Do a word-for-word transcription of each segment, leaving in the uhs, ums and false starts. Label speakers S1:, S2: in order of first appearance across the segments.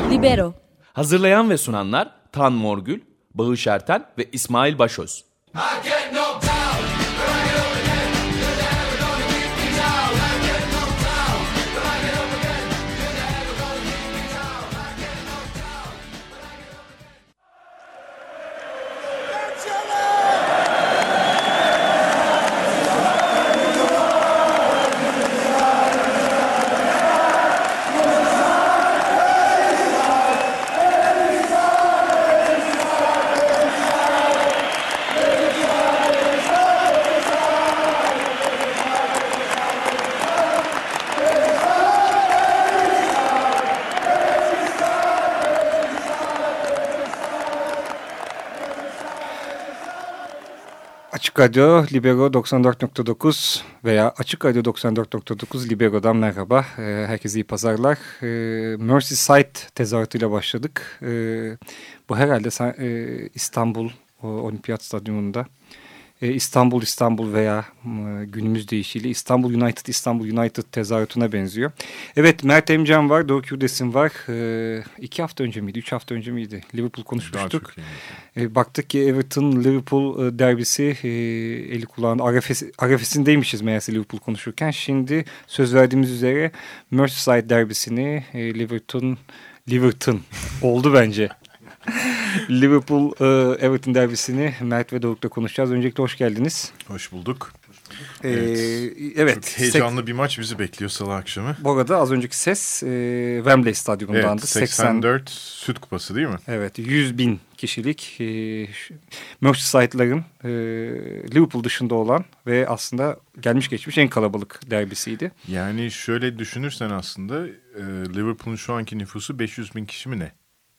S1: Libero.
S2: Hazırlayan ve sunanlar Tan Morgül, Bağış Erten ve İsmail Başöz.
S3: Açık Radyo Libero doksan dört nokta dokuz veya Açık Radyo doksan dört nokta dokuz Libero'dan merhaba. Ee, herkese iyi pazarlar. Ee, Merseyside tezahüratıyla başladık. Ee, bu herhalde e, İstanbul Olimpiyat Stadyumunda. Ee, İstanbul İstanbul veya e, günümüz deyişiyle İstanbul United İstanbul United tezahüratına benziyor. Evet, Mert Emcan var, Doruk Yurdesin var. Ee, iki hafta önce miydi, üç hafta önce miydi? Liverpool konuşmuştuk. Ee, baktık ki Everton Liverpool e, derbisi e, eli kulağında arefesi, arefesindeymişiz meğerse Liverpool konuşurken. Şimdi söz verdiğimiz üzere Merseyside derbisini e, Liverpool Liverpool oldu bence. Liverpool e, Everton derbisini Mert ve Doruk'la konuşacağız. Öncelikle hoş geldiniz.
S4: Hoş bulduk.
S3: Ee,
S4: evet.
S3: evet.
S4: Çok heyecanlı bir maç bizi bekliyor Salı akşamı.
S3: Bu arada az önceki ses e, Wembley Stadyumundandı.
S4: Evet, seksen dört Süt Kupası değil mi?
S3: Evet, yüz bin kişilik e, Merseyside'ların e, Liverpool dışında olan ve aslında gelmiş geçmiş en kalabalık derbisiydi.
S4: Yani şöyle düşünürsen aslında e, Liverpool'un şu anki nüfusu beş yüz bin kişi mi ne?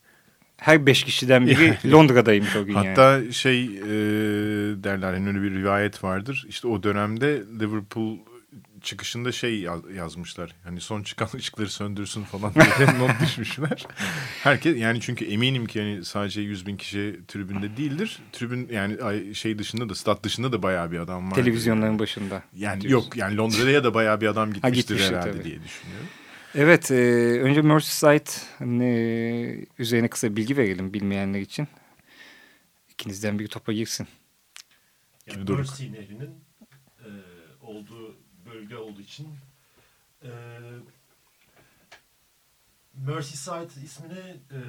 S3: Her beş kişiden biri Londra'daymış o gün.
S4: Hatta
S3: yani.
S4: şey e, derler, yani öyle bir rivayet vardır. İşte o dönemde Liverpool çıkışında şey yaz, yazmışlar. Hani son çıkan ışıkları söndürsün falan diye not düşmüşler. Herkes, yani çünkü eminim ki yani sadece yüz bin kişi tribünde değildir. Tribün yani şey dışında da, stat dışında da bayağı bir adam var.
S3: Televizyonların başında.
S4: Yani diyorsun. Yok yani Londra'ya da bayağı bir adam gitmiştir
S3: ha,
S4: herhalde
S3: tabii.
S4: diye düşünüyorum.
S3: Evet, e, önce Merseyside e, üzerine kısa bilgi verelim bilmeyenler için. İkinizden biri topa girsin.
S5: Yani Mersey Nehri'nin e, olduğu bölge olduğu için e, Merseyside ismini e,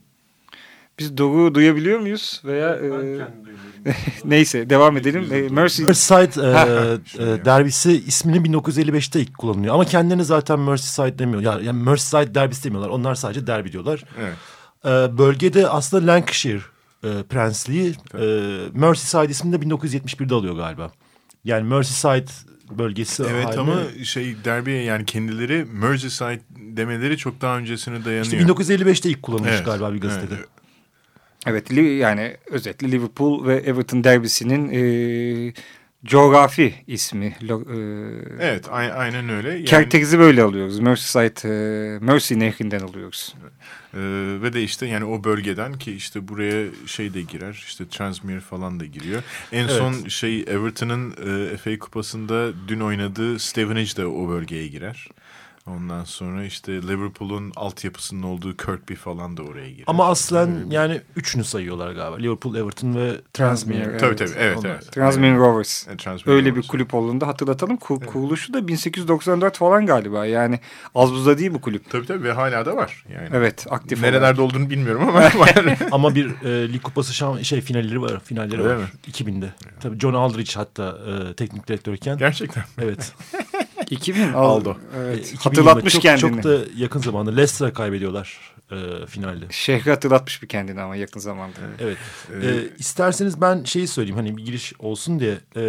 S3: biz Doruk'u duyabiliyor muyuz? Veya
S5: ben
S3: e,
S5: kendim duyuyorum.
S3: neyse devam edelim. E, Merseyside
S6: Merseyside e, e, derbisi ismini bin dokuz yüz elli beşte ilk kullanılıyor. Ama kendilerini zaten Merseyside demiyor. Yani, yani Merseyside derbisi demiyorlar. Onlar sadece derbi diyorlar.
S4: Evet.
S6: E, bölgede aslında Lancashire e, Prensliği e, Merseyside ismini de bin dokuz yüz yetmiş birde alıyor galiba. Yani Merseyside bölgesi
S4: evet
S6: haline...
S4: ama şey derbiye yani kendileri Merseyside demeleri çok daha öncesine dayanıyor.
S6: İşte bin dokuz yüz elli beşte ilk kullanılmış
S4: evet.
S6: galiba bir gazetede.
S4: Evet.
S3: Evet, yani özetle Liverpool ve Everton derbisinin e, coğrafi ismi. E,
S4: evet, aynen öyle. Yani,
S3: Kertekiz'i böyle alıyoruz. Merseyside, e, Mersey Nehri'nden alıyoruz.
S4: Ee, ve de işte yani o bölgeden ki işte buraya şey de girer, işte Transmere falan da giriyor. En evet. son şey Everton'ın e, F A Kupası'nda dün oynadığı Stevenage de o bölgeye girer. Ondan sonra işte Liverpool'un altyapısının olduğu Kirkby falan da oraya girer.
S6: Ama aslen ee, yani üçünü sayıyorlar galiba. Liverpool, Everton ve Transmere.
S3: Evet.
S4: Tabii tabii evet. evet.
S3: Transmere Rovers.
S4: Evet, Transmere
S3: Öyle
S4: Rovers.
S3: Bir kulüp olduğunu da hatırlatalım. Kur,
S4: evet.
S3: Kuruluşu da bin sekiz yüz doksan dört falan galiba. Yani az buzda değil bu kulüp.
S4: Tabii tabii ve hala da var. Yani.
S3: Evet, aktif
S4: nerelerde
S3: olarak.
S4: olduğunu bilmiyorum ama var.
S6: Ama bir e, Lig Kupası şam, şey finalleri var. Finalleri
S4: Öyle
S6: var.
S4: mi?
S6: iki binde. Evet. Tabii John Aldridge hatta e, teknik direktörken.
S4: Gerçekten.
S6: Evet.
S3: iki bin
S4: aldı.
S3: Evet. Hatırlatmış
S6: çok,
S3: kendini.
S6: Çok da yakın zamanda Leicester'a kaybediyorlar e, finalde.
S3: Şehri hatırlatmış bir kendini ama yakın zamanda.
S6: Evet. evet. E, isterseniz ben şeyi söyleyeyim, hani bir giriş olsun diye. E,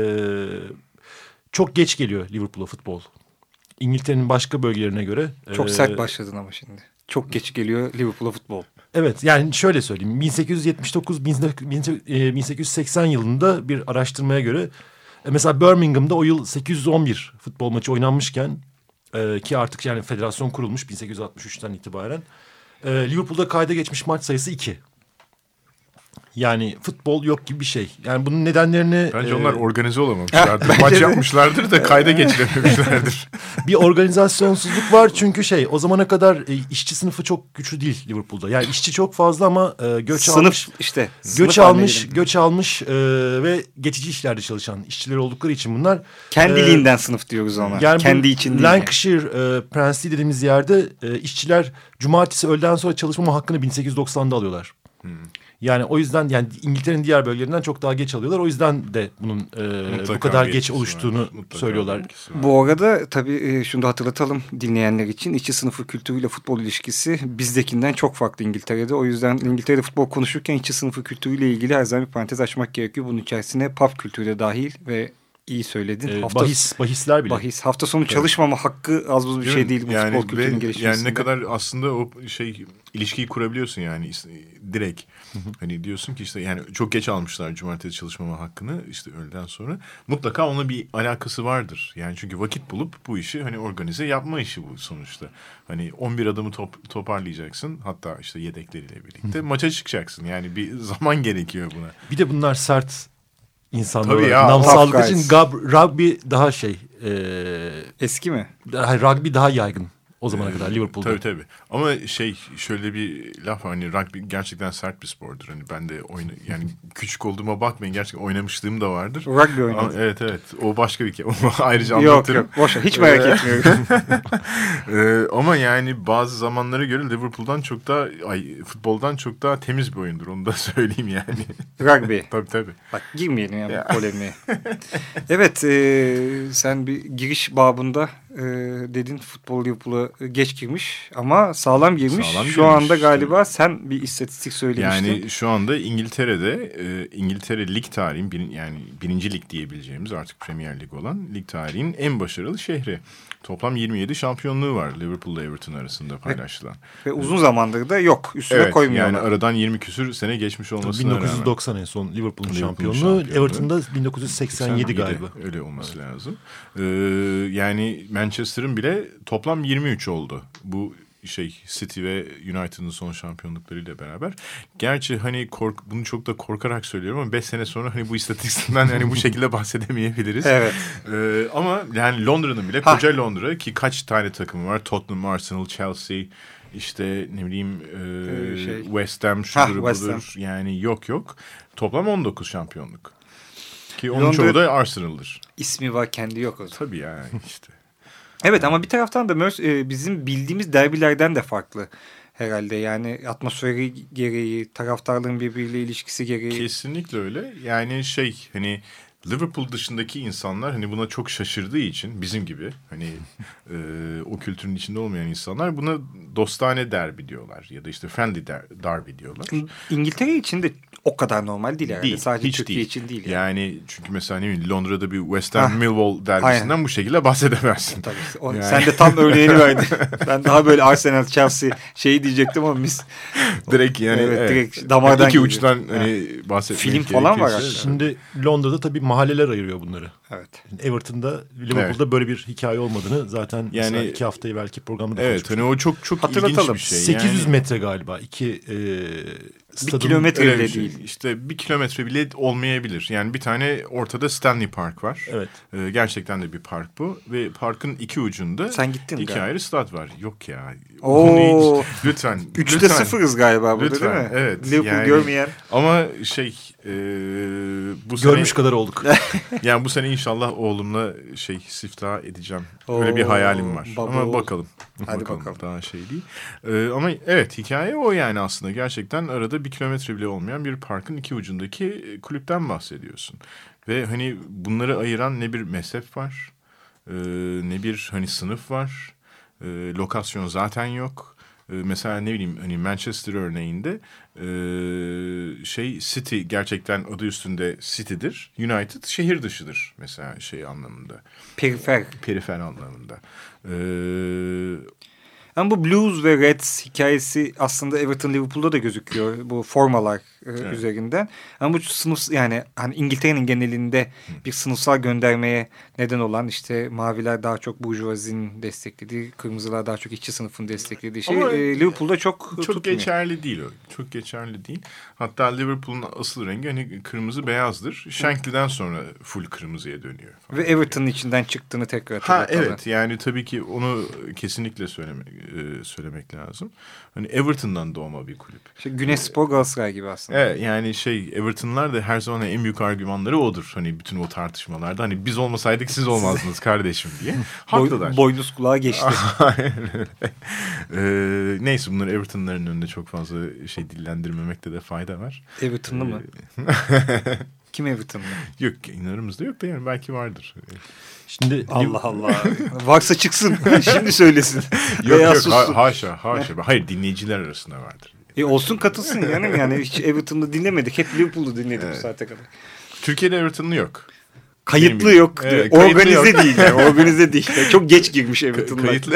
S6: çok geç geliyor Liverpool'a futbol. İngiltere'nin başka bölgelerine göre.
S3: Çok
S6: e,
S3: sert başladın ama şimdi. Çok geç geliyor Liverpool'a futbol.
S6: Evet, yani şöyle söyleyeyim. bin sekiz yüz yetmiş dokuz bin sekiz yüz seksen yılında bir araştırmaya göre mesela Birmingham'da o yıl sekiz yüz on bir futbol maçı oynanmışken e, ki artık yani federasyon kurulmuş bin sekiz yüz altmış üçten itibaren e, Liverpool'da kayda geçmiş maç sayısı iki. Yani futbol yok gibi bir şey. Yani bunun nedenlerini...
S4: Bence
S6: e,
S4: onlar organize olamamışlardır. Maç yapmışlardır da kayda geçirememişlerdir.
S6: bir organizasyonsuzluk var çünkü şey o zamana kadar e, işçi sınıfı çok güçlü değil Liverpool'da. Yani işçi çok fazla ama e, göç
S3: Sınıf
S6: almış.
S3: işte.
S6: Göç
S3: Sınıf
S6: almış,
S3: haline
S6: göç almış e, ve geçici işlerde çalışan işçiler oldukları için bunlar.
S3: kendiliğinden
S6: e,
S3: sınıf diyoruz ona.
S6: Yani
S3: kendi
S6: bu
S3: için değil.
S6: Lancashire e, Prensliği dediğimiz yerde e, işçiler cumartesi öğleden sonra çalışmama hakkını bin sekiz yüz doksan'da alıyorlar. Hmm. Yani o yüzden yani İngiltere'nin diğer bölgelerinden çok daha geç alıyorlar. O yüzden de bunun e, bu kadar geç oluştuğunu söylüyorlar.
S3: Bu arada tabii e, şunu da hatırlatalım dinleyenler için. İşçi sınıfı kültürüyle futbol ilişkisi bizdekinden çok farklı İngiltere'de. O yüzden İngiltere'de futbol konuşurken işçi sınıfı kültürüyle ilgili her zaman bir parantez açmak gerekiyor. Bunun içerisine pub kültürü de dahil ve iyi söyledin.
S6: Ee,
S3: hafta,
S6: bahis, bahisler bile.
S3: Bahis. Hafta sonu çalışmama hakkı az buz bir
S4: değil
S3: şey
S4: mi?
S3: değil bu
S4: yani
S3: futbol kültürünün gelişmesinde.
S4: Yani ne kadar aslında o şey ilişkiyi kurabiliyorsun yani direkt. Hani diyorsun ki işte yani çok geç almışlar cumartesi çalışmama hakkını işte öğleden sonra. Mutlaka onunla bir alakası vardır. Yani çünkü vakit bulup bu işi hani organize yapma işi bu sonuçta. Hani on bir adımı top, toparlayacaksın. Hatta işte yedekleriyle birlikte maça çıkacaksın. Yani bir zaman gerekiyor buna.
S6: Bir de bunlar sert insanlar
S4: Tabii
S6: olarak
S4: ya,
S6: nam
S3: tough
S6: sağladıkları
S3: guys.
S6: için gab, rugby daha şey e,
S3: Eski mi?
S6: daha, rugby daha yaygın o zamana
S4: Ee,
S6: kadar Liverpool'da.
S4: Tabii tabii. Ama şey şöyle bir laf var, hani rugby gerçekten sert bir spordur. Hani ben de oyna, yani küçük olduğuma bakmayın, gerçekten oynamışlığım da vardır.
S3: Rugby oynadım.
S4: Ama, evet evet. O başka bir kere. Ayrıca
S3: Yok
S4: anlatırım.
S3: yok boş ver. Hiç merak etmiyorum.
S4: Ee, ama yani bazı zamanlara göre Liverpool'dan çok daha ay, futboldan çok daha temiz bir oyundur. Onu da söyleyeyim yani.
S3: Rugby.
S4: Tabii tabii.
S3: Bak girmeyelim yani ya. polemiğe. Evet e, sen bir giriş babında e, dedin futbol Liverpool'a geç girmiş ama sağlam girmiş.
S4: Sağlam
S3: Şu
S4: girmiş.
S3: anda galiba sen bir istatistik söylemiştin.
S4: Yani şu anda İngiltere'de e, İngiltere lig tarihin bir, yani birinci lig diyebileceğimiz artık Premier Lig olan lig tarihinin en başarılı şehri. Toplam yirmi yedi şampiyonluğu var Liverpool'la Everton arasında paylaşılan.
S3: Ve uzun zamandır da yok. Üstüne
S4: evet,
S3: koymuyorlar.
S4: yani aradan yirmi küsür sene geçmiş olmasına
S6: bin dokuz yüz doksan
S4: rağmen.
S6: en son Liverpool'un
S4: Liverpool'un
S6: şampiyonluğu.
S4: şampiyonluğu.
S6: Everton'da bin dokuz yüz seksen yedi galiba.
S4: Öyle olması evet. lazım. Ee, yani Manchester'ın bile toplam yirmi üç oldu. Bu şey City ve United'ın son şampiyonluklarıyla beraber. Gerçi hani kork, bunu çok da korkarak söylüyorum ama beş sene sonra hani bu istatistikten hani bu şekilde bahsedemeyebiliriz.
S3: Evet.
S4: Ee, ama yani Londra'nın bile
S3: ha.
S4: koca Londra ki kaç tane takımı var? Tottenham, Arsenal, Chelsea, işte ne bileyim e,
S3: ee, şey.
S4: West Ham şudur budur. Yani yok yok. Toplam on dokuz şampiyonluk. Ki onun Londra, çoğu da Arsenal'dır.
S3: İsmi var kendi yok o zaman.
S4: Tabii yani işte.
S3: Evet ama bir taraftan da Mörs, bizim bildiğimiz derbilerden de farklı herhalde. Yani atmosferi gereği, taraftarların birbiriyle ilişkisi gereği.
S4: Kesinlikle öyle. Yani şey hani Liverpool dışındaki insanlar hani buna çok şaşırdığı için bizim gibi hani e, o kültürün içinde olmayan insanlar buna dostane derbi diyorlar ya da işte friendly der, derby diyorlar.
S3: İngiltere için de o kadar normal değil herhalde.
S4: Değil,
S3: sadece
S4: hiç
S3: Türkiye
S4: değil.
S3: için değil. Yani.
S4: yani çünkü mesela ne bileyim Londra'da bir West Ham Millwall derbisinden aynen. bu şekilde bahsedemezsin.
S3: Tabii. O, yani. Sen de tam örneğini verdin. Ben daha böyle Arsenal, Chelsea şeyi diyecektim ama biz
S4: direkt yani
S3: evet,
S4: evet.
S3: direkt damardan
S4: iki
S3: geliyor.
S4: uçtan hani bahsetmek
S3: film falan var
S6: aslında. Şimdi Londra'da tabii mahalleler ayırıyor bunları.
S3: Evet.
S6: Everton'da, Liverpool'da evet. böyle bir hikaye olmadığını zaten yani iki haftayı belki programda da
S4: evet, hani o çok çok ilginç bir şey.
S6: sekiz yüz
S4: yani.
S6: metre galiba. İki e,
S3: bir kilometre bile
S4: şey.
S3: değil.
S4: İşte bir kilometre bile olmayabilir. Yani bir tane ortada Stanley Park var.
S6: Evet.
S4: Ee, gerçekten de bir park bu. Ve parkın iki ucunda
S3: sen gittin
S4: iki
S3: galiba.
S4: ayrı stat var. Yok ya.
S3: Oo.
S4: Hiç, lütfen.
S3: Üçte sıfırız galiba burada
S4: lütfen,
S3: değil mi?
S4: Evet.
S3: Liverpool
S4: yani,
S3: görmeyen.
S4: Ama şey e, bu
S6: görmüş
S4: sene,
S6: kadar olduk.
S4: yani bu sene inşallah oğlumla şey siftah edeceğim. Öyle Oo, bir hayalim var. Ama oğul. bakalım.
S3: Hadi
S4: bakalım.
S3: bakalım.
S4: Daha şey değil. Ee, ama evet hikaye o yani aslında. Gerçekten arada bir kilometre bile olmayan bir parkın iki ucundaki kulüpten bahsediyorsun. Ve hani bunları ayıran ne bir mezhep var, e, ne bir hani sınıf var. E, lokasyon zaten yok. E, mesela ne bileyim hani Manchester örneğinde e, şey City gerçekten adı üstünde City'dir. United şehir dışıdır mesela şey anlamında.
S3: Perifer.
S4: Perifer anlamında. Eee
S3: Ama bu Blues ve Reds hikayesi aslında Everton Liverpool'da da gözüküyor bu formalar e, evet. üzerinden. Ama bu sınıf yani hani İngiltere'nin genelinde bir sınıfsal göndermeye neden olan işte maviler daha çok burjuvazinin desteklediği, kırmızılar daha çok işçi sınıfın desteklediği şey e, Liverpool'da çok
S4: çok
S3: tutmuyor.
S4: geçerli değil o. Çok geçerli değil. Hatta Liverpool'un asıl rengi hani kırmızı beyazdır. Shankly'den sonra full kırmızıya dönüyor.
S3: Ve Everton'ın içinden çıktığını tekrar
S4: Ha evet yani tabii ki onu kesinlikle söylemek e, söylemek lazım. Hani Everton'dan doğma bir kulüp.
S3: İşte Güneşspor Galatasaray gibi aslında.
S4: Evet yani şey Everton'lar da her zaman en büyük argümanları odur. Hani bütün o tartışmalarda hani biz olmasaydık siz olmazdınız kardeşim diye. Haklılar.
S3: Boy, boynuz kulağa geçti.
S4: ee, neyse bunları Everton'ların önünde çok fazla şey dillendirmemekte de fayda var.
S3: Everton'lı mı? Kim Everton'lı?
S4: Yok aramızda yok da yani belki vardır.
S6: Şimdi
S3: Allah Allah. Varsa çıksın. Şimdi söylesin.
S4: Yok yok ha, haşa haşa. Hayır dinleyiciler arasında vardır.
S3: E olsun katılsın yani. Yani hiç Everton'u dinlemedik. Hep Liverpool'u dinledik evet. bu saate kadar.
S4: Türkiye'de Everton'lu yok.
S3: Kayıtlı Benim yok. Evet, organize yok. değil. Yani. Organize değil. Yani çok geç girmiş Everton'lar. Kayıtlı.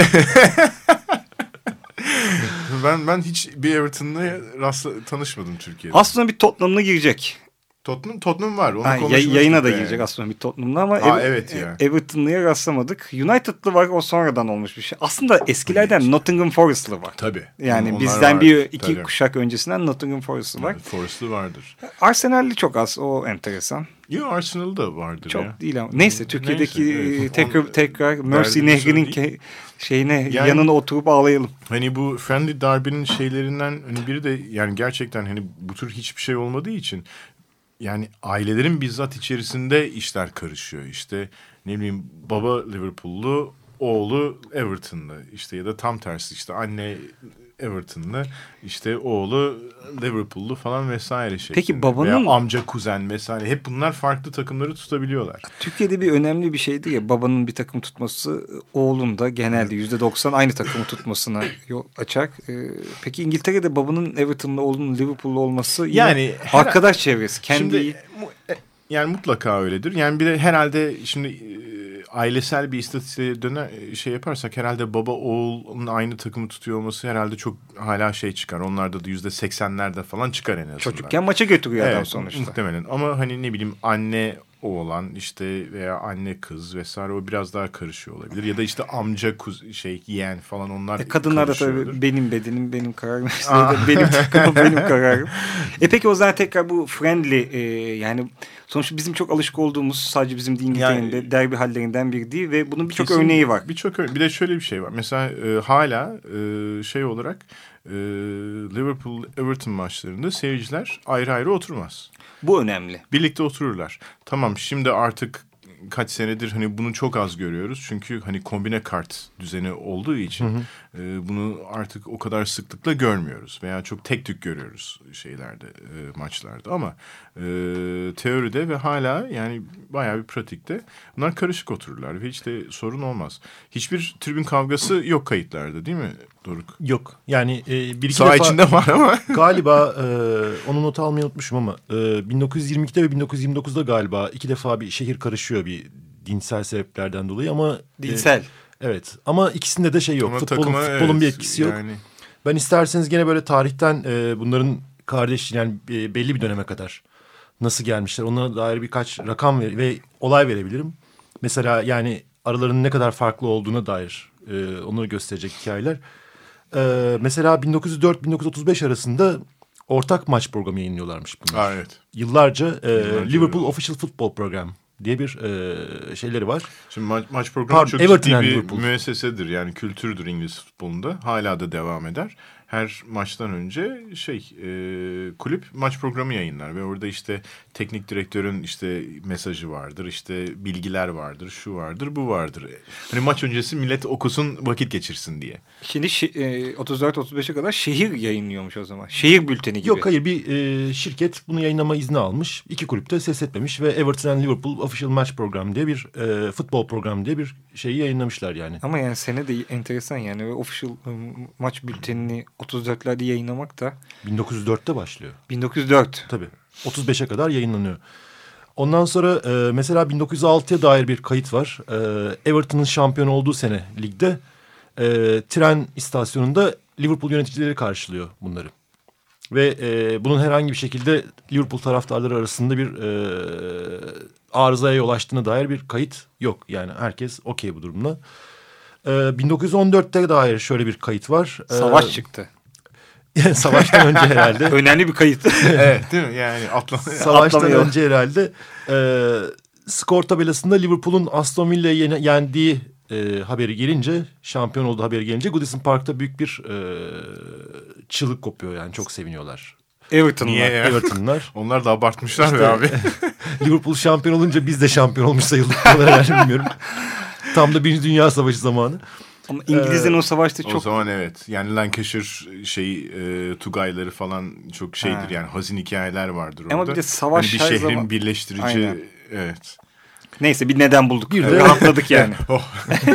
S4: ben ben hiç bir Everton'la rastla tanışmadım Türkiye'de.
S3: Aslında bir Tottenham'la girecek.
S4: Tottenham, Tottenham var. Onu
S3: ha, yayına da yani. girecek aslında bir Tottenham'la ama
S4: Aa, Ev evet ya.
S3: Everton'lıya rastlamadık. United'lı var o sonradan olmuş bir şey. Aslında eskilerden Hiç. Nottingham Forest'lı var.
S4: Tabii.
S3: Yani
S4: Onlar
S3: bizden
S4: vardır.
S3: bir iki
S4: Tabii.
S3: kuşak öncesinden Nottingham Forest'lı var.
S4: Forest'lı vardır.
S3: Arsenal'li çok az o enteresan.
S4: Yok Arsenal'da vardır
S3: çok
S4: ya.
S3: Çok değil ama. Neyse Türkiye'deki Neyse, evet. tekrar, tekrar Mersey
S4: Derdini
S3: Nehri'nin ke- şeyine
S4: yani,
S3: yanına oturup ağlayalım.
S4: Hani bu Friendly Derby'nin şeylerinden hani biri de yani gerçekten hani bu tür hiçbir şey olmadığı için yani ailelerin bizzat içerisinde işler karışıyor. İşte ne bileyim baba Liverpool'lu, oğlu Everton'lı işte ya da tam tersi işte anne Everton'lı işte oğlu Liverpool'lu falan vesaire şey.
S3: Peki babanın
S4: veya amca kuzen vesaire hep bunlar farklı takımları tutabiliyorlar.
S3: Türkiye'de bir önemli bir şeydi ya babanın bir takım tutması oğlun da genelde yüzde doksan aynı takımı tutmasına yol açar. Ee, peki İngiltere'de babanın Everton'lı oğlunun Liverpool'lu olması
S4: yani
S3: arkadaş her, çevresi kendi
S4: şimdi, yani mutlaka öyledir. Yani bir de herhalde şimdi ailesel bir istatistiğe döner şey yaparsak herhalde baba oğulun aynı takımı tutuyor olması herhalde çok hala şey çıkar. Onlarda da yüzde seksenlerde falan çıkar en azından.
S3: Çocukken maça götürüyor
S4: evet,
S3: adam sonuçta.
S4: Muhtemelen ama hani ne bileyim anne oğlan işte veya anne kız vesaire o biraz daha karışıyor olabilir. Ya da işte amca kuz şey yeğen falan onlar
S3: e, kadınlar da tabii benim bedenim benim kararım. benim takımım benim kararım. E peki o zaman tekrar bu friendly e, yani sonuçta bizim çok alışık olduğumuz sadece bizim değil İngiltere'nin de yani, derbi hallerinden biri değil ve bunun birçok örneği var.
S4: Birçok örneği. Bir de şöyle bir şey var. Mesela e, hala e, şey olarak e, Liverpool Everton maçlarında seyirciler ayrı ayrı oturmaz.
S3: Bu önemli.
S4: Birlikte otururlar. Tamam şimdi artık kaç senedir hani bunu çok az görüyoruz. Çünkü hani kombine kart düzeni olduğu için hı hı. E, bunu artık o kadar sıklıkla görmüyoruz. Veya çok tek tük görüyoruz şeylerde e, maçlarda. Ama e, teoride ve hala yani bayağı bir pratikte bunlar karışık otururlar. Ve hiç de sorun olmaz. Hiçbir tribün kavgası yok kayıtlarda değil mi Doruk?
S6: Yok. Yani e, bir iki
S4: Sağ
S6: defa
S4: içinde var ama.
S6: Galiba e, onu not almayı unutmuşum ama e, bin dokuz yüz yirmi ikide ve bin dokuz yüz yirmi dokuzda galiba iki defa bir şehir karışıyor bir dinsel sebeplerden dolayı ama.
S3: Dinsel.
S6: E, evet ama ikisinde de şey yok.
S4: Ama
S6: futbolun
S4: takıma,
S6: futbolun
S4: evet,
S6: bir etkisi yok.
S4: yani.
S6: Ben isterseniz gene böyle tarihten e, bunların kardeş yani e, belli bir döneme kadar nasıl gelmişler ona dair birkaç rakam ver, ve olay verebilirim. Mesela yani aralarının ne kadar farklı olduğuna dair e, onları gösterecek hikayeler. Ee, mesela bin dokuz yüz dört bin dokuz yüz otuz beş arasında ortak maç programı yayınlıyorlarmış bunlar.
S4: Aa, evet.
S6: Yıllarca, e,
S4: Yıllarca
S6: Liverpool
S4: evet.
S6: Official Football Program diye bir e, şeyleri var.
S4: Şimdi ma- maç programı
S6: Pardon,
S4: çok
S6: Everton
S4: ciddi bir
S6: Liverpool.
S4: müessesedir. Yani kültürdür İngiliz futbolunda. Hala da devam eder. Her maçtan önce şey e, kulüp maç programı yayınlar ve orada işte teknik direktörün işte mesajı vardır, işte bilgiler vardır, şu vardır, bu vardır. Hani maç öncesi millet okusun, vakit geçirsin diye.
S3: Şimdi e, otuz dört otuz beşe kadar şehir yayınlıyormuş o zaman. Şehir bülteni gibi.
S6: Yok hayır bir e, şirket bunu yayınlama izni almış. İki kulüp de ses etmemiş ve Everton and Liverpool Official Match Program diye bir e, futbol programı diye bir şeyi yayınlamışlar yani.
S3: Ama yani sene de enteresan yani. Official um, maç bültenini otuz dörtlerde yayınlamak da.
S6: bin dokuz yüz dörtte başlıyor.
S3: bin dokuz yüz dört.
S6: Tabii. otuz beşe kadar yayınlanıyor. Ondan sonra e, mesela bin dokuz yüz altıya dair bir kayıt var. E, Everton'ın şampiyon olduğu sene ligde e, tren istasyonunda Liverpool yöneticileri karşılıyor bunları. Ve e, bunun herhangi bir şekilde Liverpool taraftarları arasında bir e, arızaya yol açtığına dair bir kayıt yok. Yani herkes okey bu durumda. E, bin dokuz yüz on dörtte dair şöyle bir kayıt var.
S3: Savaş
S6: e,
S3: çıktı.
S6: Savaştan önce herhalde.
S3: Önemli bir kayıt.
S4: Evet değil mi? Yani atla
S6: Savaştan
S3: atlamıyor.
S6: önce herhalde e, skor tabelasında Liverpool'un Aston Villa'yı yendiği e, haberi gelince, şampiyon olduğu haberi gelince Goodison Park'ta büyük bir e, çığlık kopuyor yani, çok seviniyorlar.
S3: Everton'lar.
S4: Niye ya?
S6: Everton'lar.
S4: Onlar da abartmışlar
S6: İşte,
S4: be abi.
S6: Liverpool şampiyon olunca biz de şampiyon olmuş sayıldık. Herhalde bilmiyorum. Tam da Birinci Dünya Savaşı zamanı.
S3: Ama İngilizlerin
S6: Ee,
S3: o savaşta çok...
S4: O zaman evet. Yani Lancashire şey e, Tugayları falan çok şeydir
S3: Ha.
S4: yani, hazin hikayeler vardır orada.
S3: Ama bir de savaş
S4: hani bir
S3: her
S4: şehrin
S3: zaman...
S4: birleştirici.
S3: Aynen.
S4: Evet.
S3: Neyse bir neden bulduk.
S6: Bir de-
S3: Rahatladık yani.
S4: Oh.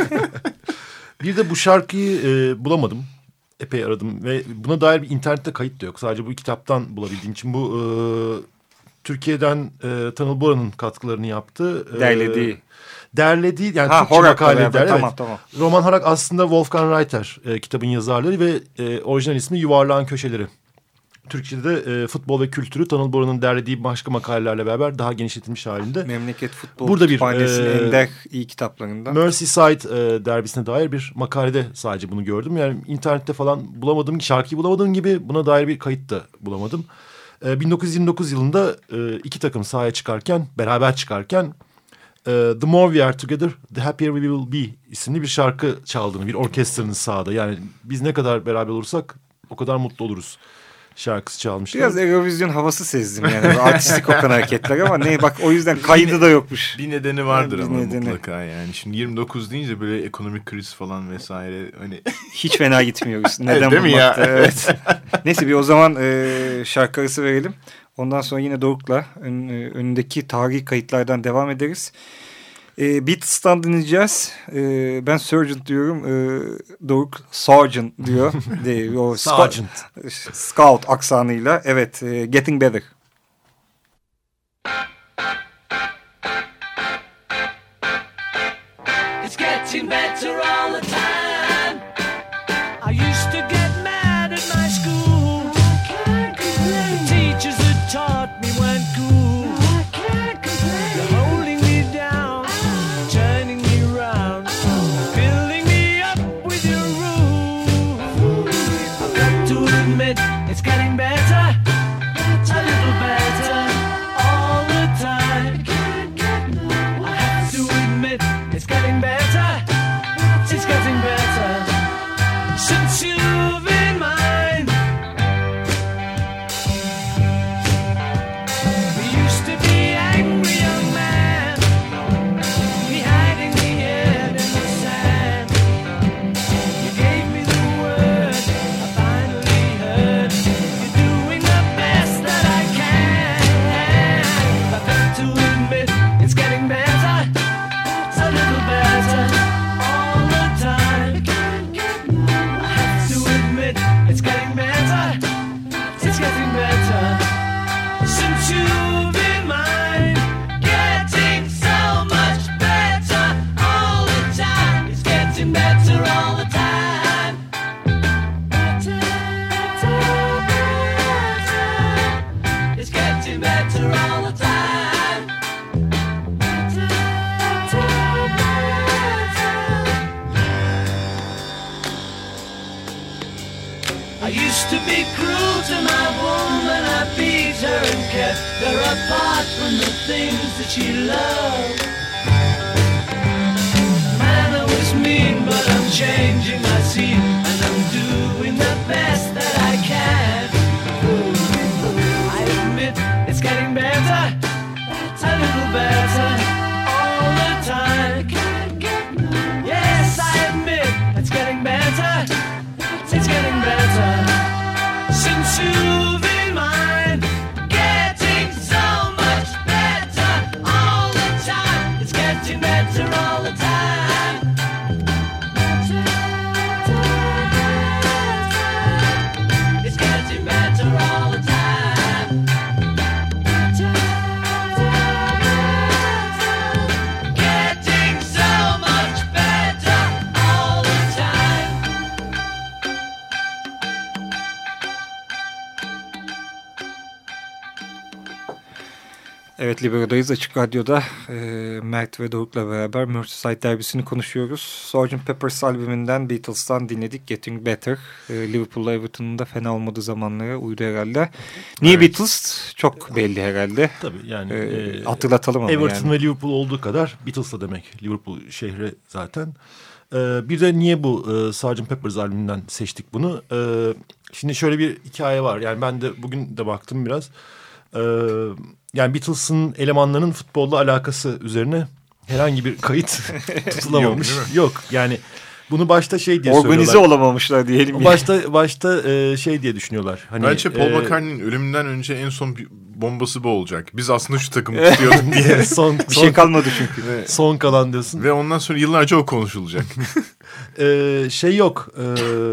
S6: Bir de bu şarkıyı e, bulamadım. Epey aradım ve buna dair bir internette kayıt da yok. Sadece bu kitaptan bulabildiğim için bu e, Türkiye'den e, Tanıl Bora'nın katkılarını yaptı. E,
S3: Derlediği.
S6: Derlediği yani
S3: Ha,
S6: Türkçe
S3: Horak'la
S6: makale
S3: beraber,
S6: der.
S3: tamam,
S6: Evet.
S3: tamam.
S6: Roman Horak aslında Wolfgang Reiter e, kitabın yazarları ve e, orijinal ismi Yuvarlağın Köşeleri. Türkçe'de de e, futbol ve kültürü Tanıl Bora'nın derlediği başka makalelerle beraber daha genişletilmiş halinde.
S3: Memleket Futbol
S6: Burada bir,
S3: Kütüphanesi'nin
S6: e,
S3: ender iyi kitaplarından.
S6: Merseyside e, derbisine dair bir makalede sadece bunu gördüm. Yani internette falan bulamadım, şarkıyı bulamadığım gibi buna dair bir kayıt da bulamadım. E, bin dokuz yüz yirmi dokuz yılında e, iki takım sahaya çıkarken, beraber çıkarken e, The More We Are Together, The Happier We Will Be isimli bir şarkı çaldığını, bir orkestranın sahada. Yani biz ne kadar beraber olursak o kadar mutlu oluruz şarkısı çalmışlar.
S3: Biraz Eurovision havası sezdim yani. Böyle artistik kokan hareketler ama ne bak o yüzden kaydı da yokmuş.
S4: Bir nedeni vardır
S3: Bir
S4: ama
S3: nedeni.
S4: mutlaka yani. Şimdi yirmi dokuz deyince böyle ekonomik kriz falan vesaire hani.
S3: Hiç fena gitmiyoruz. Neden
S4: Değil mi ya?
S3: bulmakta? Evet. Neyse bir o zaman e, şarkı arası verelim. Ondan sonra yine Doruk'la ön, e, önündeki tarihi kayıtlardan devam ederiz. E, Beatles'tan dinleyeceğiz. E, ben Sergeant diyorum. E, Doruk Sergeant diyor. De, o
S6: Sergeant.
S3: Scout, Scout aksanıyla. Evet. E, Getting Better.
S1: It's getting better all the time. I used to get mad at my school. I can't complain. The teachers that taught me weren't cool. I can't complain. You're holding me down, turning me round, filling me up with your rules. I've got to admit, it's getting better, a little better all the time. I have to admit, it's getting better, it's getting better since you've been mine. We used to be angry young men, we hiding the head in the sand. You gave me the word, I finally heard. You're doing the best that I can. I've got to admit, it's getting better, a little better all the time. I have to admit, it's getting better, it's getting better since you've been mine. Getting so much better all the time. It's getting better all the time. Better, better, better. It's getting better all the time. Better, better, better. I used to be cruel to my woman, I beat her and kept her apart from the things that she loved. Man, I was mean, but I'm changing, I see, and I'm doing the best that I can. I admit it's getting better, a little better all the time. Yes, I admit it's getting better, it's getting better since you've been mine. Getting so much better all the time. It's getting better all the time. Better, better,
S3: Evet, Libero'dayız. Açık Radyo'da e, Mert ve Doruk'la beraber Merseyside derbisini konuşuyoruz. sergeant Pepper's albümünden, Beatles'tan dinledik Getting Better. E, Liverpool'la Everton'un da fena olmadığı zamanlara uydu herhalde. Niye evet. Beatles? Çok belli herhalde.
S6: Tabii yani.
S3: E,
S6: e,
S3: hatırlatalım ama
S6: Everton
S3: yani.
S6: ve Liverpool olduğu kadar Beatles da demek. Liverpool şehri zaten. E, bir de niye bu e, sergeant Pepper's albümünden seçtik bunu? E, şimdi şöyle bir hikaye var. Yani ben de bugün de baktım biraz. E, Yani Beatles'ın elemanlarının futbolla alakası üzerine herhangi bir kayıt tutulamamış. Yok, Yok yani bunu başta şey diye
S3: Organize
S6: söylüyorlar.
S3: Organize olamamışlar diyelim.
S6: Başta başta e, şey diye düşünüyorlar. Hani,
S4: Bence Paul
S6: e,
S4: McCartney'nin ölümünden önce en son bir bombası bu olacak. Biz aslında şu takımı tutuyorduk diye.
S6: son,
S3: bir
S6: son,
S3: şey kalmadı çünkü.
S6: Son kalan diyorsun.
S4: Ve ondan sonra yıllarca o konuşulacak.
S6: e, şey yok. E,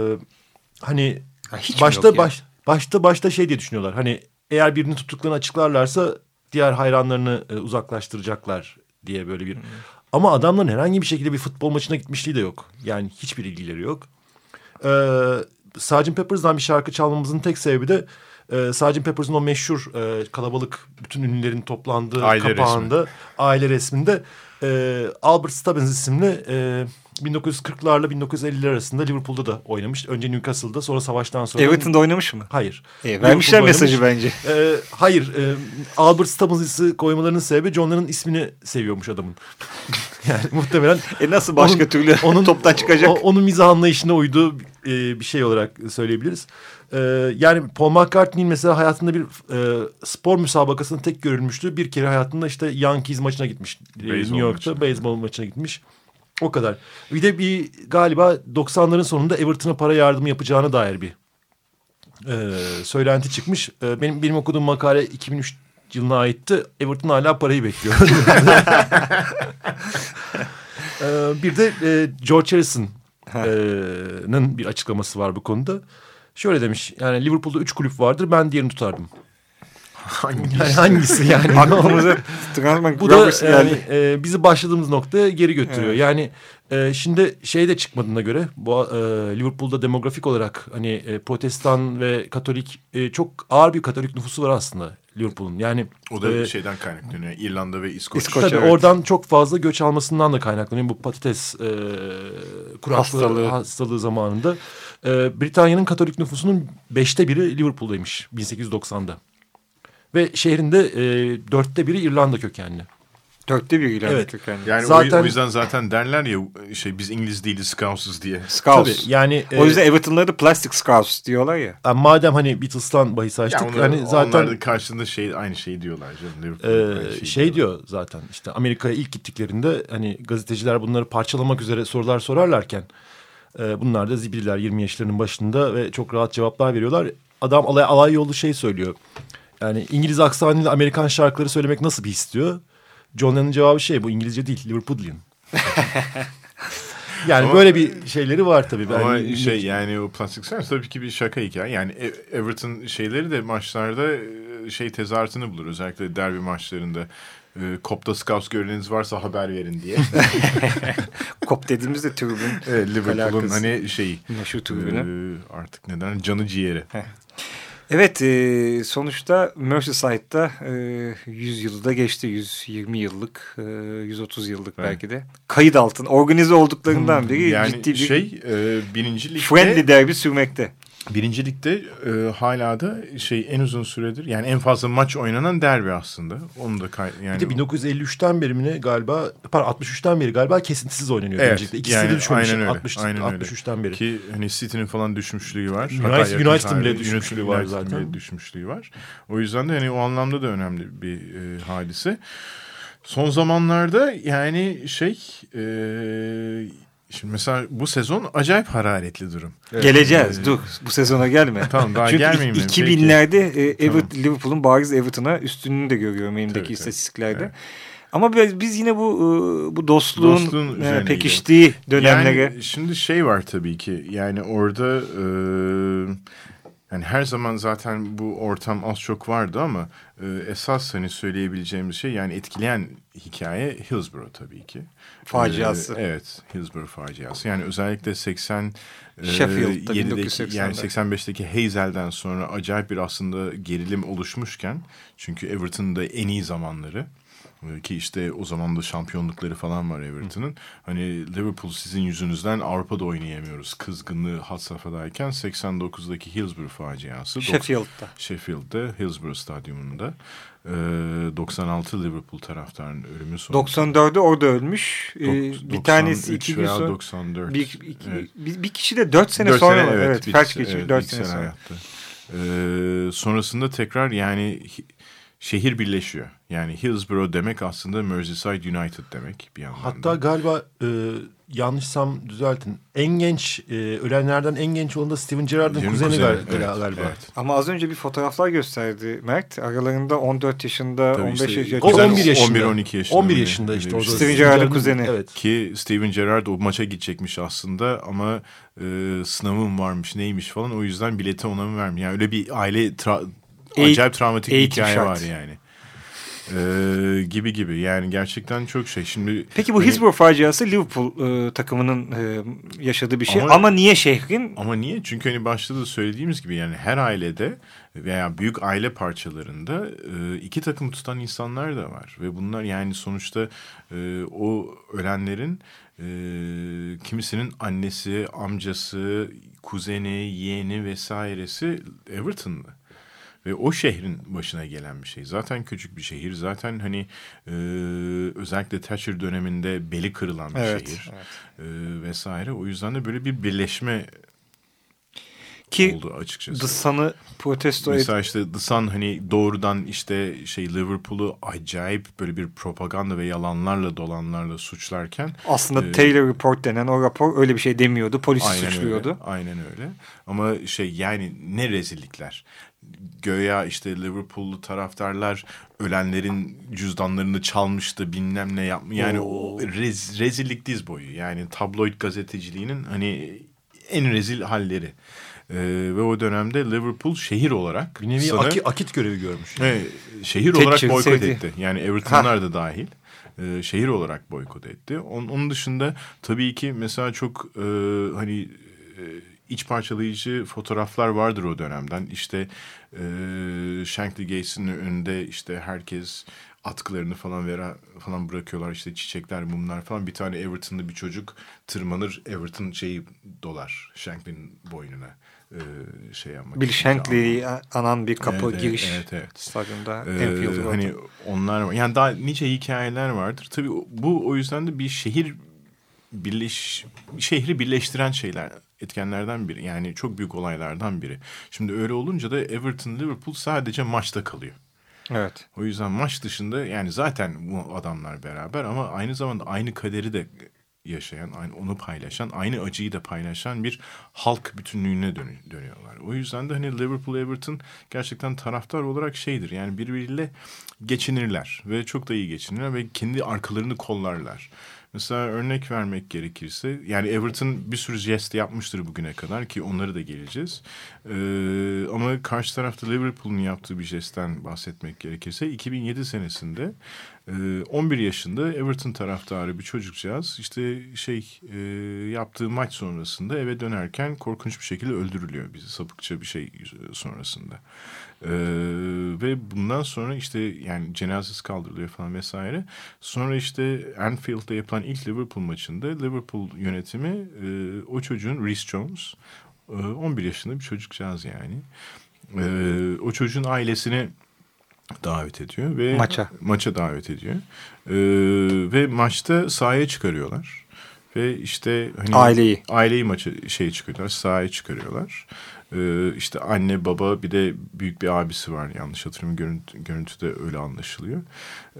S6: hani
S3: Hiç
S6: başta
S3: yok
S6: baş, başta başta şey diye düşünüyorlar. Hani eğer birini tuttuklarını açıklarlarsa diğer hayranlarını e, uzaklaştıracaklar diye böyle bir. Hmm. Ama adamların herhangi bir şekilde bir futbol maçına gitmişliği de yok. Yani hiçbir ilgileri yok. Ee, sergeant Pepper's'dan bir şarkı çalmamızın tek sebebi de e, sergeant Pepper's'ın o meşhur e, kalabalık bütün ünlülerin toplandığı
S4: aile
S6: kapağında
S4: resmi.
S6: aile resminde e, Albert Stubbins isimli e, bin dokuz yüz kırklarla bin dokuz yüz elliler arasında Liverpool'da da oynamış. Önce Newcastle'da, sonra savaştan sonra.
S3: Everton'da oynamış mı?
S6: Hayır.
S3: E, vermişler mesajı
S6: oynamış.
S3: bence.
S6: E, hayır. E, Albert Stubbins'ı koymalarının sebebi John Lennon'ın ismini seviyormuş adamın. Yani muhtemelen.
S3: E nasıl başka
S6: onun,
S3: türlü
S6: onun,
S3: toptan çıkacak?
S6: O, onun mizah anlayışına uyduğu e, bir şey olarak söyleyebiliriz. E, yani Paul McCartney'nin mesela hayatında bir e, spor müsabakasının tek görülmüştü. Bir kere hayatında işte Yankees maçına gitmiş. E, New York'ta maçına. Beyzbol maçına gitmiş. O kadar. Bir de bir galiba doksanların sonunda Everton'a para yardımı yapacağına dair bir e, söylenti çıkmış. E, benim benim okuduğum makale iki bin üç yılına aitti. Everton hala parayı bekliyor. e, bir de e, George Harrison'ın bir açıklaması var bu konuda. Şöyle demiş. Yani Liverpool'da üç kulüp vardır. Ben diğerini tutardım.
S4: Hangisi?
S6: Yani hangisi yani?
S3: Aklımıza
S6: bu da yani, e, bizi başladığımız noktaya geri götürüyor. Evet. Yani e, şimdi şey de çıkmadığına göre bu e, Liverpool'da demografik olarak hani e, Protestan ve Katolik e, çok ağır bir Katolik nüfusu var aslında Liverpool'un. Yani
S4: o da
S6: e,
S4: şeyden kaynaklanıyor. İrlanda ve İskoç.
S3: İskoç
S6: tabii
S3: evet.
S6: Oradan çok fazla göç almasından da kaynaklanıyor. Bu patates e, kuraklığı hastalığı. hastalığı zamanında. E, Britanya'nın Katolik nüfusunun beşte biri Liverpool'daymış bin sekiz yüz doksanda. Ve şehrinde e, dörtte biri İrlanda kökenli.
S3: Dörtte biri İrlanda
S6: evet.
S3: kökenli.
S4: Yani zaten, o yüzden zaten derler ya şey biz İngiliz değiliz, Scouses'ız diye.
S3: Scouse.
S6: Tabii, yani
S3: o yüzden e, Everton'ları da plastic Scouse diyorlar ya.
S6: Yani madem hani Beatles'tan bahis açtık.
S4: Ya onlar,
S6: hani zaten
S4: onlar da karşısında şey aynı şeyi diyorlar canım.
S6: E, şey, şey diyor zaten işte Amerika'ya ilk gittiklerinde hani gazeteciler bunları parçalamak üzere sorular sorarlarken e, bunlar da zibilliler yirmi yaşlarının başında ve çok rahat cevaplar veriyorlar. Adam alay, alay yolu şey söylüyor. Yani İngiliz aksanıyla Amerikan şarkıları söylemek nasıl bir his diyor. John Lennon'ın cevabı şey bu İngilizce değil Liverpoolian. Yani ama, böyle bir şeyleri var tabii.
S4: Ama
S6: yani,
S4: şey yani o plastik servis tabii ki bir şaka hikaye. Yani Everton şeyleri de maçlarda şey tezahüratını bulur. Özellikle derbi maçlarında. Kop'ta Scouse göreniniz varsa haber verin diye.
S3: Kop dediğimizde tribün.
S4: Evet, Liverpool'un hani şeyi.
S3: Meşhur tribünü.
S4: E, artık neden canı ciğeri.
S3: Evet e, sonuçta Merseyside'da e, yüz yılı da geçti. yüz yirmi yıllık, e, yüz otuz yıllık evet. belki de. Kayıt altın, organize olduklarından biri
S4: yani
S3: ciddi bir
S4: şey, e, birinci ligde,
S3: friendly derbi sürmekte.
S4: Birinci ligde e, hala da şey en uzun süredir yani en fazla maç oynanan derbi aslında. Onu da kay, yani
S6: bir de bin dokuz yüz elli üçten beri mi ne galiba pardon altmış üçten beri galiba kesintisiz oynanıyor.
S4: Evet.
S6: İkisi
S4: yani,
S6: de düşmemiş.
S4: Aynen öyle.
S6: altmış,
S4: aynen
S6: altmış üçten beri.
S4: Ki hani City'nin falan düşmüşlüğü var.
S6: United, United'ın bile düşmüşlüğü var zaten.
S4: Bile düşmüşlüğü var. O yüzden de hani o anlamda da önemli bir e, hadise. Son zamanlarda yani şey e, şimdi mesela bu sezon acayip hararetli durum.
S3: Evet. Geleceğiz. Ee, Dur. Bu sezona gelme.
S4: Tamam daha
S3: Çünkü
S4: gelmeyeyim.
S3: iki binlerde e, Everton, tamam. Liverpool'un bariz Everton'a üstünlüğünü de görüyorum elimdeki tabii, istatistiklerde. Evet. Ama biz yine bu bu dostluğun, dostluğun e, pekiştiği dönemlere.
S4: Yani şimdi şey var tabii ki. Yani orada e, yani her zaman zaten bu ortam az çok vardı ama e, esas hani söyleyebileceğimiz şey yani etkileyen hikaye Hillsborough tabii ki.
S3: Faciası.
S4: E, evet, Hillsborough faciası. Yani özellikle seksen
S3: Sheffield'da bin dokuz yüz
S4: yedideki
S3: seksende.
S4: yani seksen beşteki Hazel'den sonra acayip bir aslında gerilim oluşmuşken çünkü Everton'ın da en iyi zamanları. Ki işte o zaman da şampiyonlukları falan var Everton'ın. Hani Liverpool sizin yüzünüzden Avrupa'da oynayamıyoruz kızgınlığı had safhadayken seksen dokuzdaki Hillsborough faciası.
S3: Sheffield'da.
S4: Sheffield'da, Hillsborough Stadyumunda. Ee, doksan altı Liverpool taraftarının ölümü sonucu.
S3: doksan dörtte orada ölmüş. Ee,
S4: Dok-
S3: bir tanesi iki gün
S4: veya
S3: sonra.
S4: doksan dört.
S3: Bir, iki,
S4: Evet.
S3: bir, bir kişi de dört sene
S4: dört
S3: sonra.
S4: sene,
S3: evet,
S4: evet,
S3: felç
S4: bir-
S3: geçirip
S4: evet,
S3: dört
S4: ilk
S3: sene sonra.
S4: hayatta. Ee, sonrasında tekrar yani şehir birleşiyor. Yani Hillsborough demek aslında Merseyside United demek bir yandan
S6: Hatta
S4: da.
S6: galiba e, yanlışsam düzeltin. En genç e, ölenlerden en genç olan da Steven Gerrard'ın
S4: Steven
S6: kuzeni,
S4: kuzeni,
S6: gal-
S4: evet,
S6: galiba.
S4: evet.
S3: Ama az önce bir fotoğraflar gösterdi Mert. Aralarında on dört yaşında,
S4: Tabii
S3: on beş
S4: işte
S3: yaşında.
S6: O
S4: güzel,
S6: on bir yaşında.
S4: on bir on iki yaşında.
S6: on bir
S4: öyle-
S6: yaşında
S4: öyle
S6: işte.
S4: bir
S6: O da
S4: şey.
S3: Steven Gerrard'ın
S6: Gerrard'ın-
S3: kuzeni.
S6: Evet.
S4: Ki Steven Gerrard o maça gidecekmiş aslında ama e, sınavım varmış neymiş falan o yüzden bileti ona mı vermiyor? Yani öyle bir aile tra-
S3: Eğit-
S4: acayip travmatik bir
S3: eğitim
S4: hikaye
S3: şart.
S4: var yani. Ee, gibi gibi yani gerçekten çok şey. Şimdi
S3: Peki bu
S4: hani-
S3: Hillsborough faciası Liverpool e, takımının e, yaşadığı bir şey. Ama,
S4: Ama-
S3: niye şehrin?
S4: Ama niye? Çünkü hani başta da söylediğimiz gibi yani her ailede veya büyük aile parçalarında e, iki takım tutan insanlar da var. Ve bunlar yani sonuçta e, o ölenlerin e, kimisinin annesi, amcası, kuzeni, yeğeni vesairesi Everton'lı. Ve o şehrin başına gelen bir şey. Zaten küçük bir şehir. Zaten hani e, özellikle Thatcher döneminde beli kırılan bir
S3: Evet,
S4: şehir
S3: evet.
S4: E, vesaire. O yüzden de böyle bir birleşme
S3: Ki
S4: oldu açıkçası.
S3: The Sun'ı protesto et.
S4: Mesela işte The Sun hani doğrudan işte şey Liverpool'u acayip böyle bir propaganda ve yalanlarla dolanlarla suçlarken
S3: Aslında
S4: e,
S3: Taylor Report denen o rapor öyle bir şey demiyordu. Polisi
S4: aynen
S3: suçluyordu.
S4: öyle, aynen öyle. Ama şey yani ne rezillikler. Göya işte Liverpool'lu taraftarlar ölenlerin cüzdanlarını çalmıştı bilmem ne yapmış. Yani o rez, rezillik diz boyu. Yani tabloid gazeteciliğinin hani en rezil halleri. Ee, ve o dönemde Liverpool şehir olarak
S6: Bir nevi
S4: sana-
S6: aki- akit görevi görmüş.
S4: Evet, şehir
S3: Thatcher
S4: olarak boykot
S3: sevdi.
S4: etti. Yani Everton'lar da dahil. Ee, şehir olarak boykot etti. Onun, onun dışında tabii ki mesela çok e, hani e, iç parçalayıcı fotoğraflar vardır o dönemden. İşte e, Shankly Gates'in önünde işte herkes atkılarını falan vera falan bırakıyorlar. İşte çiçekler, mumlar falan. Bir tane Everton'lı bir çocuk tırmanır. Everton şeyi dolar Shankly'nin boynuna. E, şey yapmak
S3: Bill
S4: için.
S3: Shankly'yi anan bir kapı
S4: Evet,
S3: giriş
S4: evet, evet.
S3: stadyumda.
S4: Ee,
S3: Anfield Road'da.
S4: hani onlar var. Yani daha nice hikayeler vardır. Tabii bu o yüzden de bir şehir birleş şehri birleştiren şeyler etkenlerden biri. Yani çok büyük olaylardan biri. Şimdi öyle olunca da Everton Liverpool sadece maçta kalıyor.
S3: Evet.
S4: O yüzden maç dışında yani zaten bu adamlar beraber ama aynı zamanda aynı kaderi de yaşayan, aynı onu paylaşan, aynı acıyı da paylaşan bir halk bütünlüğüne dönü- dönüyorlar. O yüzden de hani Liverpool Everton gerçekten taraftar olarak şeydir. Yani birbiriyle geçinirler ve çok da iyi geçinirler ve kendi arkalarını kollarlar. Mesela örnek vermek gerekirse yani Everton bir sürü jest yapmıştır bugüne kadar ki onları da geleceğiz. Ee, ama karşı tarafta Liverpool'un yaptığı bir jestten bahsetmek gerekirse iki bin yedi senesinde e, on bir yaşında Everton taraftarı bir çocukcağız işte şey e, yaptığı maç sonrasında eve dönerken korkunç bir şekilde öldürülüyor bizi sapıkça bir şey sonrasında. Ee, ve bundan sonra işte yani cenazesi kaldırılıyor falan vesaire. Sonra işte Anfield'da yapılan ilk Liverpool maçında Liverpool yönetimi e, o çocuğun Reece Jones e, on bir yaşında bir çocukcağız yani. E, o çocuğun ailesini davet ediyor ve
S3: Maça.
S4: maça davet ediyor. E, ve maçta sahaya çıkarıyorlar. Ve işte hani
S3: Aileyi.
S4: aileyi maçı şeye çıkarıyorlar, sahaya çıkarıyorlar. Ee, işte anne baba bir de büyük bir abisi var yanlış hatırlamıyorum görüntü, görüntüde öyle anlaşılıyor. Ee,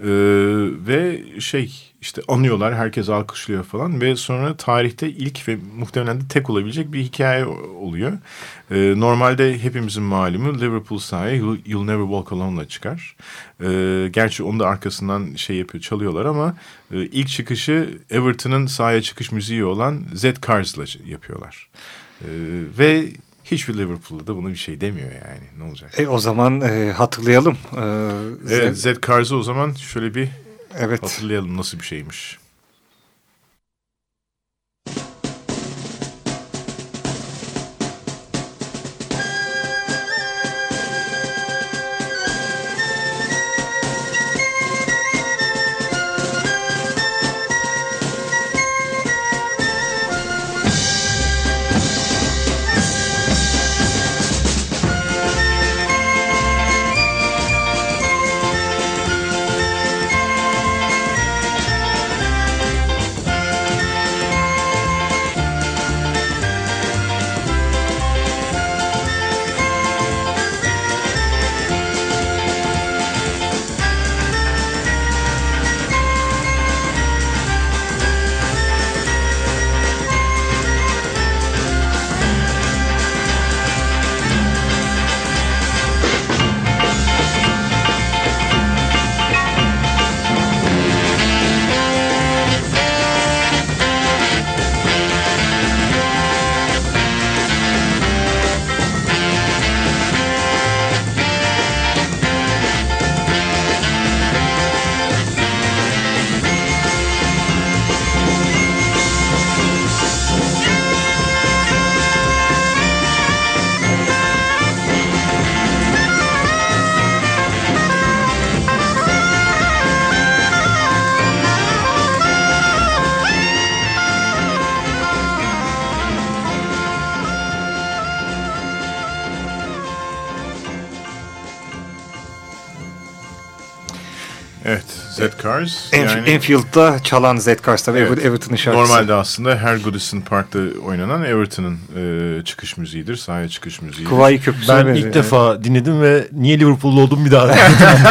S4: ve şey işte anıyorlar herkes alkışlıyor falan ve sonra tarihte ilk ve muhtemelen de tek olabilecek bir hikaye oluyor. Ee, normalde hepimizin malumu Liverpool sahaya You'll, You'll Never Walk Alone'la çıkar. Ee, gerçi onu da arkasından şey yapıyor çalıyorlar ama e, ilk çıkışı Everton'ın sahaya çıkış müziği olan Z Cars'la yapıyorlar. Ee, ve hiçbir Liverpool'da da buna bir şey demiyor yani. Ne olacak?
S3: E, o zaman e, hatırlayalım. E,
S4: Evet, Zed Cars'ı o zaman şöyle bir
S3: evet.
S4: hatırlayalım nasıl bir şeymiş. Evet, Zed Cars.
S3: En,
S4: yani,
S3: Enfield'da çalan Zed Cars tabii,
S4: evet,
S3: Everton'ın şarkısı.
S4: Normalde aslında her Goodison Park'ta oynanan Everton'ın e, çıkış müziğidir, sahaya çıkış müziğidir.
S3: Kuvayi Köprüsü'ne
S6: Ben
S3: benziyor.
S6: ilk defa dinledim ve niye Liverpool'lu oldum bir daha.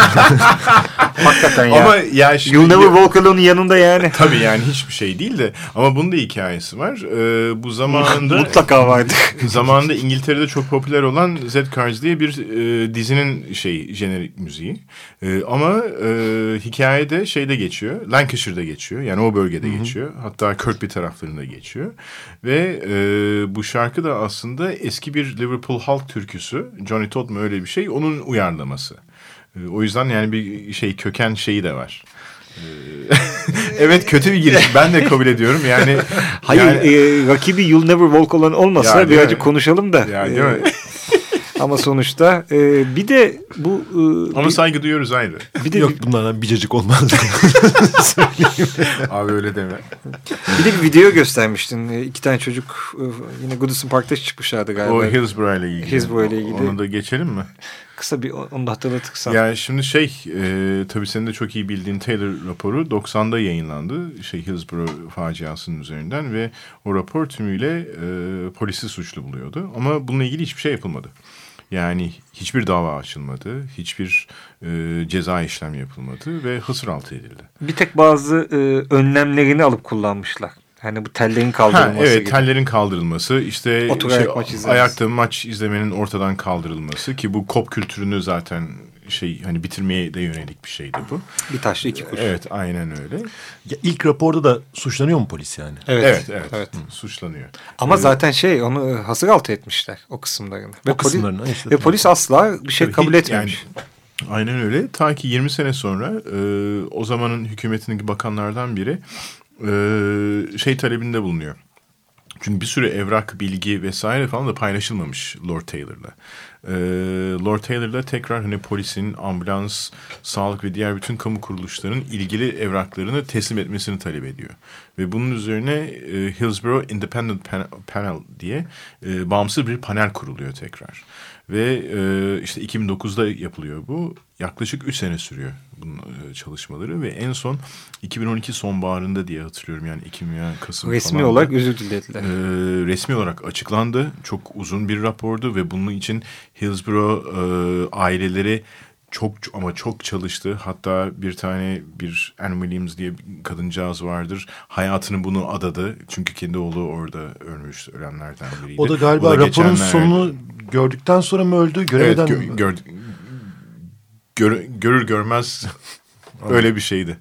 S3: Hakikaten ya.
S4: Ama ya şimdi,
S3: You'll Never Walk Alone'un yanında yani.
S4: tabii yani hiçbir şey değil de ama bunun da hikayesi var. Ee, bu zamanında
S3: Mutlaka vardı.
S4: zamanında İngiltere'de çok popüler olan Zed Cars diye bir e, dizinin şey jenerik müziği. E, ama e, hikayede şeyde geçiyor. Lancashire'da geçiyor. Yani o bölgede Hı-hı. geçiyor. Hatta Kirkby taraflarında geçiyor. Ve e, bu şarkı da aslında eski bir Liverpool halk türküsü. Johnny Todd mu öyle bir şey. Onun uyarlaması. E, o yüzden yani bir şey köken şeyi de var. Evet, kötü bir giriş. Ben de kabul ediyorum. Yani
S3: hayır,
S4: yani,
S3: e, rakibi You'll Never Walk Alone olmasa
S4: ya,
S3: birazcık konuşalım da.
S4: Ya, değil mi?
S3: Ama sonuçta e, bir de bu e,
S4: ama
S3: bir,
S4: saygı duyuyoruz ayrı.
S3: Bir de
S6: Yok, bunlardan bir cacık olmaz.
S4: Abi öyle deme.
S3: Bir de bir video göstermiştin. E, iki tane çocuk e, yine Goodison Park'ta çıkmışlardı galiba.
S4: O Hillsborough ile ilgili.
S3: Hillsborough ile ilgili.
S4: Onu da geçelim mi?
S3: Kısa bir onu da hatırlatırsan.
S4: Yani şimdi şey e, tabii senin de çok iyi bildiğin Taylor raporu doksan'da yayınlandı. Şey Hillsborough faciasının üzerinden ve o rapor tümüyle e, polisi suçlu buluyordu. Ama bununla ilgili hiçbir şey yapılmadı. Yani hiçbir dava açılmadı, hiçbir e, ceza işlem yapılmadı ve hısıraltı edildi.
S3: Bir tek bazı e, önlemlerini alıp kullanmışlar. Hani bu tellerin kaldırılması
S4: ha, evet,
S3: gibi.
S4: tellerin kaldırılması, işte
S3: Oturarak
S4: şey,
S3: maç
S4: ayakta maç izlemenin ortadan kaldırılması ki bu kop kültürünü zaten şey hani bitirmeye de yönelik bir şeydi bu.
S3: Bir taşla iki kuş.
S4: Evet, aynen öyle.
S6: Ya ilk raporda da suçlanıyor mu polis yani?
S3: Evet,
S4: evet, evet,
S3: evet.
S4: Hı, suçlanıyor.
S3: Ama
S4: ee,
S3: zaten şey onu hasıraltı etmişler o kısımlarını. Ve
S6: o kısımlarını.
S3: Polis,
S6: işte,
S3: ve polis asla bir şey
S4: tabii
S3: kabul
S4: hiç,
S3: etmemiş.
S4: Yani, aynen öyle. Ta ki yirmi sene sonra e, o zamanın hükümetindeki bakanlardan biri e, şey talebinde bulunuyor. Çünkü bir sürü evrak, bilgi vesaire falan da paylaşılmamış Lord Taylor'la. Ee, Lord Taylor'la tekrar hani polisin, ambulans, sağlık ve diğer bütün kamu kuruluşlarının ilgili evraklarını teslim etmesini talep ediyor. Ve bunun üzerine e, Hillsborough Independent Pan- Panel diye e, bağımsız bir panel kuruluyor tekrar. Ve e, işte iki bin dokuz'da yapılıyor bu. Yaklaşık üç sene sürüyor bunun e, çalışmaları ve en son iki bin on iki sonbaharında diye hatırlıyorum. Yani Ekim ya Kasım
S3: resmi
S4: falan.
S3: olarak özür dilediler.
S4: E, resmi olarak açıklandı. Çok uzun bir rapordu ve bunun için Hillsborough e, aileleri çok ama çok çalıştı. Hatta bir tane bir Anne Williams diye bir kadıncağız vardır. Hayatını bunu adadı. Çünkü kendi oğlu orada ölmüş, ölenlerden biriydi.
S6: O da galiba
S4: o da
S6: raporun
S3: şey
S4: geçenlerde...
S6: sonunu gördükten sonra mı öldü? Göremeden
S4: evet, gö- gör, gör, görür görmez öyle bir şeydi.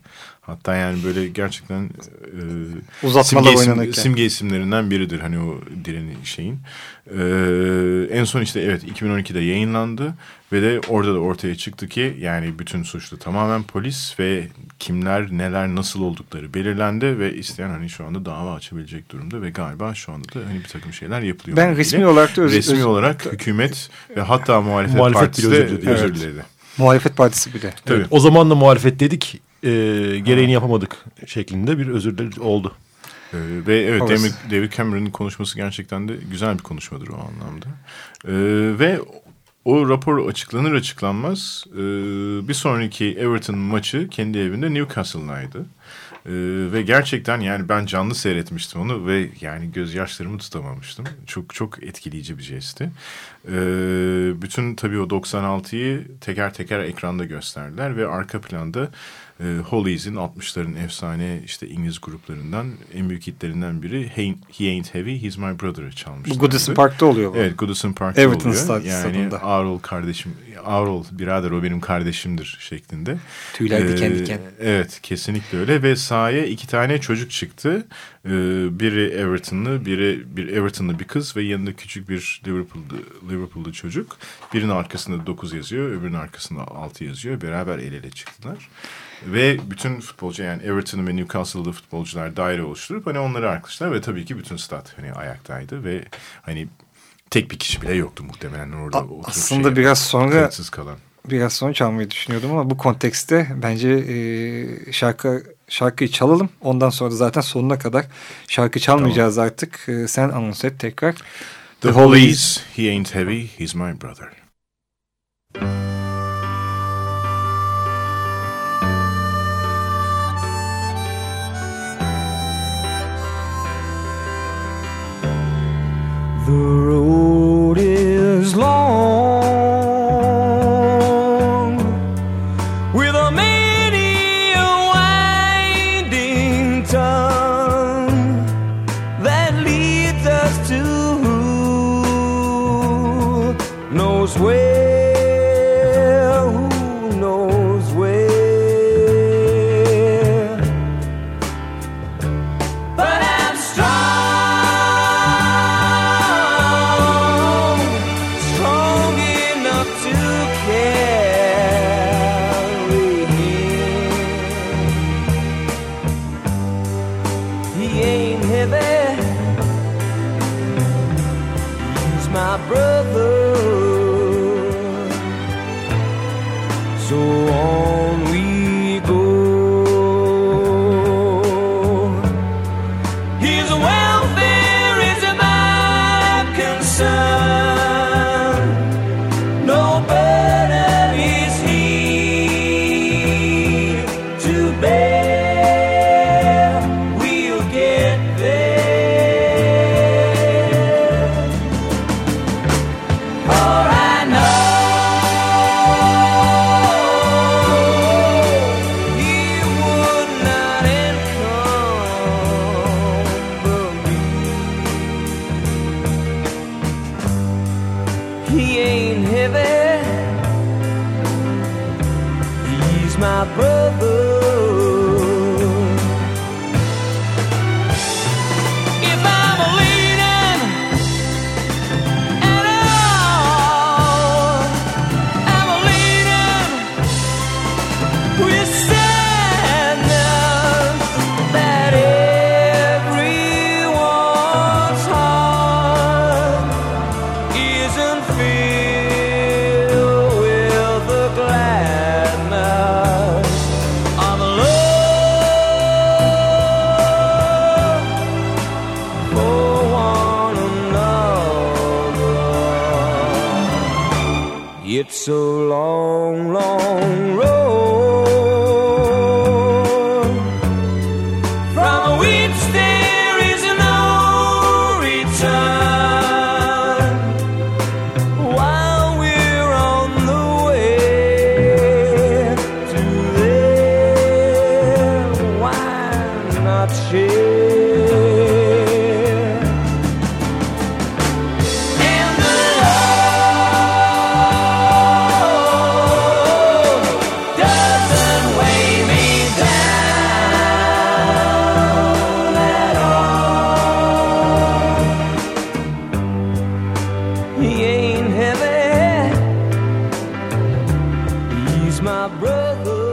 S4: Hatta yani böyle gerçekten e,
S3: uzatmalar
S4: simge, isim,
S3: oynanırken.
S4: simge isimlerinden biridir hani o direni şeyin. E, en son işte evet iki bin on ikide yayınlandı ve de orada da ortaya çıktı ki yani bütün suçlu tamamen polis ve kimler neler nasıl oldukları belirlendi ve isteyen hani şu anda dava açabilecek durumda ve galiba şu anda da hani bir takım şeyler yapılıyor.
S3: Ben resmi olarak da öz,
S4: resmi
S3: öz,
S4: olarak hükümet ve hatta muhalefet,
S6: Muhalefet
S4: partisi
S6: bile
S4: de
S6: özür diledi.
S4: özür
S3: Evet.
S4: diledi.
S3: Muhalefet partisi bile.
S4: Tabii.
S6: Evet, o zaman da muhalefet dedik, e, gereğini yapamadık şeklinde bir özür oldu.
S4: Ee, ve evet
S3: Orası.
S4: David, David Cameron'ın konuşması gerçekten de güzel bir konuşmadır o anlamda. Ee, ve o rapor açıklanır açıklanmaz e, bir sonraki Everton maçı kendi evinde Newcastle'daydı. Ee, ve gerçekten yani ben canlı seyretmiştim onu ve yani gözyaşlarımı tutamamıştım. Çok çok etkileyici bir jestti. Ee, bütün tabii o doksan altıyı teker teker ekranda gösterdiler ve arka planda e, Hollies'in altmışların efsane işte İngiliz gruplarından en büyük hitlerinden biri He, He Ain't Heavy, He's My Brother'ı çalmışlar.
S3: Bu Goodison Park'ta oluyor bu.
S4: Evet, Goodison Park'ta
S3: Everton
S4: oluyor.
S3: stad-
S4: Yani
S3: stadında.
S4: Avrol kardeşim, Avrol birader o benim kardeşimdir şeklinde.
S3: Tüyler diken
S4: Ee,
S3: diken.
S4: Evet, kesinlikle öyle ve sahaya iki tane çocuk çıktı. Ee, biri Everton'lı, biri bir Everton'lı bir kız ve yanında küçük bir Liverpool'lu, Liverpool'lu çocuk. Birinin arkasında dokuz yazıyor, öbürünün arkasında altı yazıyor. Beraber el ele çıktılar. Ve bütün futbolcu yani Everton ve Newcastle'lı futbolcular daire oluşturup hani onları alkışlar ve tabii ki bütün stat hani ayaktaydı ve hani tek bir kişi bile yoktu muhtemelen orada.
S3: A- aslında
S4: şey,
S3: biraz sonra
S4: kayıtsız kalan.
S3: biraz sonra çalmayı düşünüyordum ama bu kontekste bence e, şarkı şarkıyı çalalım. Ondan sonra da zaten sonuna kadar şarkı çalmayacağız tamam. artık. E, sen anons et tekrar.
S4: The, The Hollies, He Ain't Heavy, He's My Brother.
S1: The road is long with a many a winding tongue that leads us to who knows where, who knows where. But I'm strong. My brother, so on we go. His welfare is my concern. No burden is he to bear. We'll get there. He ain't heavy, he's my brother. If I'm leaning at all, I'm leaning with sadness that everyone's heart isn't filled with the gladness of love for one another. It's a long, long road from which there is no return. While we're on the way to there, why not share? And the love my brother.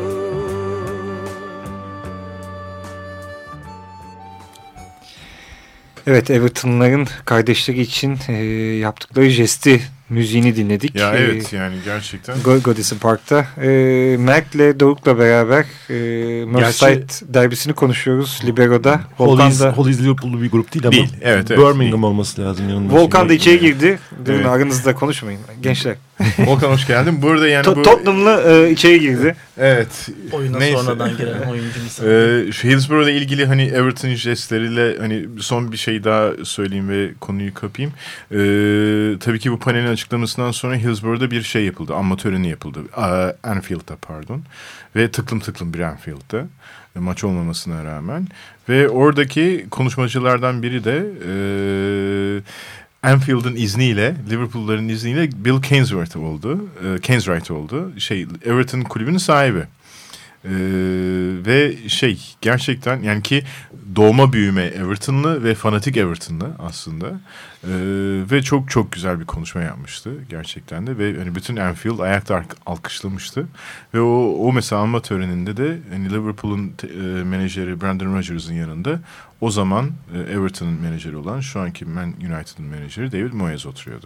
S3: Evet, Everton'ların kardeşleri için e, yaptıkları jesti müziğini dinledik.
S4: Ya
S3: e,
S4: evet yani gerçekten.
S3: Goodison Park'ta. E, Mert'le Doruk'la beraber e, Merseyside
S6: Gerçi,
S3: derbisini konuşuyoruz Libero'da.
S6: Hollies,
S3: Volkan da,
S6: Hollies Liverpool'lu bir grup değil ama
S4: Değil, evet, evet,
S6: Birmingham
S4: değil.
S6: olması lazım yanında.
S3: Volkan da içeri girdi. Durun,
S4: Evet.
S3: aranızda konuşmayın gençler.
S4: Volkan hoş geldin. Burada yani
S3: To-
S4: bu...
S3: Tottenham'lı e, içeri girdi.
S4: Evet.
S7: Oyuna
S4: neyse.
S7: sonradan giren oyuncu misal.
S4: Ee, şu Hillsborough'la ilgili hani Everton jestleriyle hani son bir şey daha söyleyeyim ve konuyu kapayım. Ee, tabii ki bu panelin açıklamasından sonra Hillsborough'da bir şey yapıldı. Anma töreni yapıldı. Aa, Anfield'da pardon. Ve tıklım tıklım bir Anfield'da. Maç olmamasına rağmen. Ve oradaki konuşmacılardan biri de... Ee, Anfield'ın izniyle, Liverpool'ların izniyle Bill Kainsworth oldu. E, Kainswright oldu. Şey, Everton kulübünün sahibi. E, ve şey, gerçekten yani ki doğma büyüme Everton'lı ve fanatik Everton'lı aslında. E, ve çok çok güzel bir konuşma yapmıştı gerçekten de. Ve hani bütün Anfield ayakta alkışlamıştı. Ve o, o mesela anma töreninde de hani Liverpool'un e, menajeri Brendan Rodgers'ın yanında o zaman e, Everton'ın menajeri olan şu anki Man United'ın menajeri David Moyes oturuyordu.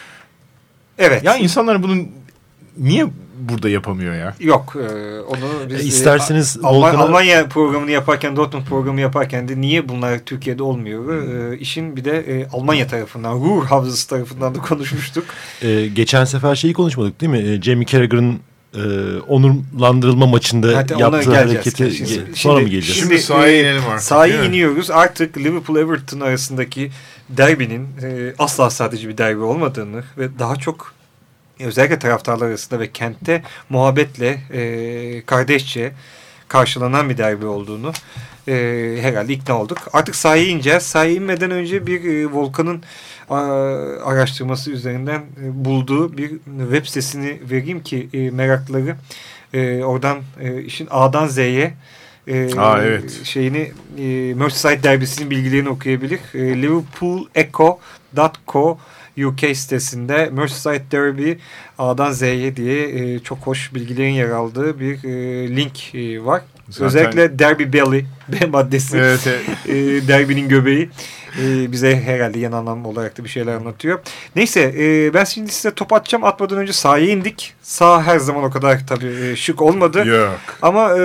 S3: Evet.
S4: Ya insanlar bunun niye burada yapamıyor ya?
S3: Yok. E, onu biz,
S6: E, isterseniz
S3: e, Alman,
S6: Volkan'a...
S3: Almanya programını yaparken, Dortmund programı yaparken de niye bunlar Türkiye'de olmuyor? E, işin bir de e, Almanya tarafından, Ruhr Havzası tarafından da konuşmuştuk.
S6: Ee, geçen sefer şeyi konuşmadık değil mi? Ee, Jamie Carragher'ın e, onurlandırılma maçında
S3: Hatta ona
S6: yaptığı
S3: geleceğiz.
S6: hareketi
S3: Şimdi-
S6: ge-
S3: şimdi-
S6: sonra mı geleceğiz?
S4: Şimdi sahaya inelim artık,
S3: Sahaya
S4: değil mi?
S3: iniyoruz. Artık Liverpool-Everton arasındaki derbinin e, asla sadece bir derbi olmadığını ve daha çok özellikle taraftarlar arasında ve kentte muhabbetle e, kardeşçe karşılanan bir derbi olduğunu e, herhalde ikna olduk. Artık sahaya ineceğiz. Sahaya inmeden önce bir e, Volkan'ın a, araştırması üzerinden e, bulduğu bir web sitesini vereyim ki e, meraklıları e, oradan e, işin A'dan Z'ye e,
S4: Aa, evet.
S3: şeyini e, Merseyside derbisinin bilgilerini okuyabilir. E, liverpool echo dot co U K sitesinde Merseyside Derby A'dan Z'ye diye e, çok hoş bilgilerin yer aldığı bir e, link e, var.
S4: Zaten...
S3: Özellikle Derby Belly B maddesi,
S4: Evet, evet.
S3: e, derbinin göbeği e, bize herhalde yan anlam olarak da bir şeyler anlatıyor. Neyse e, ben şimdi size top atacağım. Atmadan önce sahaya indik. Sağ her zaman o kadar tabii e, şık olmadı.
S4: Yok.
S3: Ama e,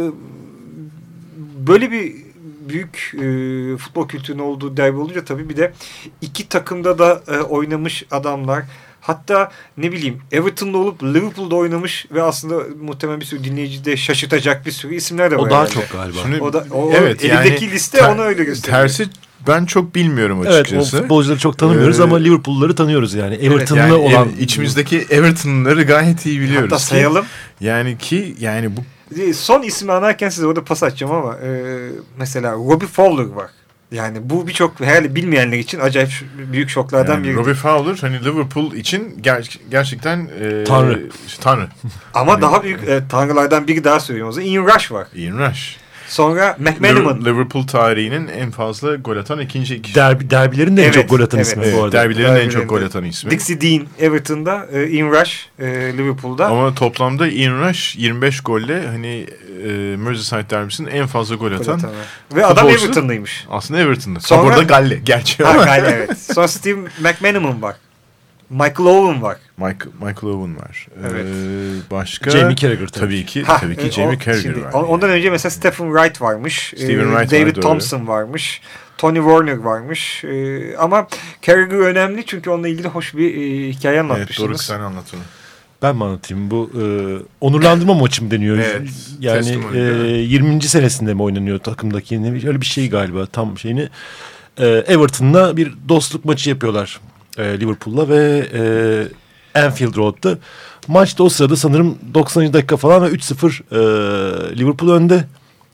S3: böyle bir büyük e, futbol kültürünün olduğu derbi olunca tabii bir de iki takımda da e, oynamış adamlar. Hatta ne bileyim Everton'da olup Liverpool'da oynamış ve aslında muhtemelen bir sürü dinleyici de şaşırtacak bir sürü isimler de var.
S6: O daha
S3: herhalde.
S6: çok galiba.
S4: Şimdi,
S3: O da o
S4: evet,
S3: elindeki
S4: yani
S3: liste
S4: ter-
S3: onu öyle gösteriyor.
S4: Tersi ben çok bilmiyorum
S6: Evet, o
S4: açıkçası.
S6: futbolcuları çok tanımıyoruz
S4: Ee,
S6: ama Liverpool'ları tanıyoruz yani. Everton'lı
S4: yani
S6: olan...
S4: ev- içimizdeki Everton'ları gayet iyi biliyoruz.
S3: Hatta
S4: ki-
S3: sayalım.
S4: Yani ki yani bu
S3: Son ismi anarken size orada pas atacağım ama e, mesela Robbie Fowler var. Yani bu birçok herhalde bilmeyenler için acayip ş- büyük şoklardan
S4: yani
S3: biri.
S4: Robbie Fowler hani Liverpool için ger- gerçekten e,
S6: Tanrı.
S4: Tanrı.
S3: Ama
S4: Yani-
S3: daha büyük e, tanrılardan biri daha söylüyorum o zaman. Ian Rush var.
S4: Ian Rush.
S3: Sonra McManaman.
S4: Liver- Liverpool tarihinin en fazla gol atan ikinci kişi.
S6: Derbi, derbilerin de en
S3: Evet,
S6: çok gol atan
S3: evet.
S6: ismi
S4: Evet,
S6: bu arada.
S4: derbilerin en
S3: Derbilerinde.
S4: çok gol atan ismi.
S3: Dixie Dean Everton'da, e, Ian Rush e, Liverpool'da.
S4: Ama toplamda Ian Rush yirmi beş golle hani e, Merseyside derbisinin en fazla gol atan.
S3: Gol atan, evet. Ve adam
S4: futbolcu.
S3: Everton'daymış.
S4: Aslında Everton'da.
S3: Sonra-
S4: Sonra, Orada Galle gerçi
S3: Ha,
S4: ama.
S3: galiba evet. Sonra Steve McManaman var. Michael Owen var.
S4: Michael, Michael Owen var.
S3: Evet.
S4: Ee, başka?
S6: Jamie Carragher tabii.
S4: Tabii ki.
S3: Ha,
S4: tabii ki
S3: e,
S4: Jamie
S3: o-
S4: Carragher
S3: şimdi,
S4: var.
S3: on- Ondan önce mesela Stephen Wright varmış.
S4: Stephen
S3: e,
S4: Wright
S3: David
S4: var, doğru.
S3: Thompson varmış. Tony Warner varmış. E, ama Carragher önemli çünkü onunla ilgili hoş bir e, hikaye
S4: Evet,
S3: anlatmışsınız.
S4: Doruk sen anlat onu.
S6: Ben mi anlatayım? Bu e, onurlandırma maçı mı deniyor?
S4: Evet,
S6: Yani
S4: testimony,
S6: e,
S4: evet.
S6: yirminci senesinde mi oynanıyor takımdaki? Ne- Öyle bir şey galiba tam şeyini. E, Everton'la bir dostluk maçı yapıyorlar e, Liverpool'la ve e, Anfield Road'da. Maçta o sırada sanırım doksanıncı dakika falan ve üç sıfır e, Liverpool önde.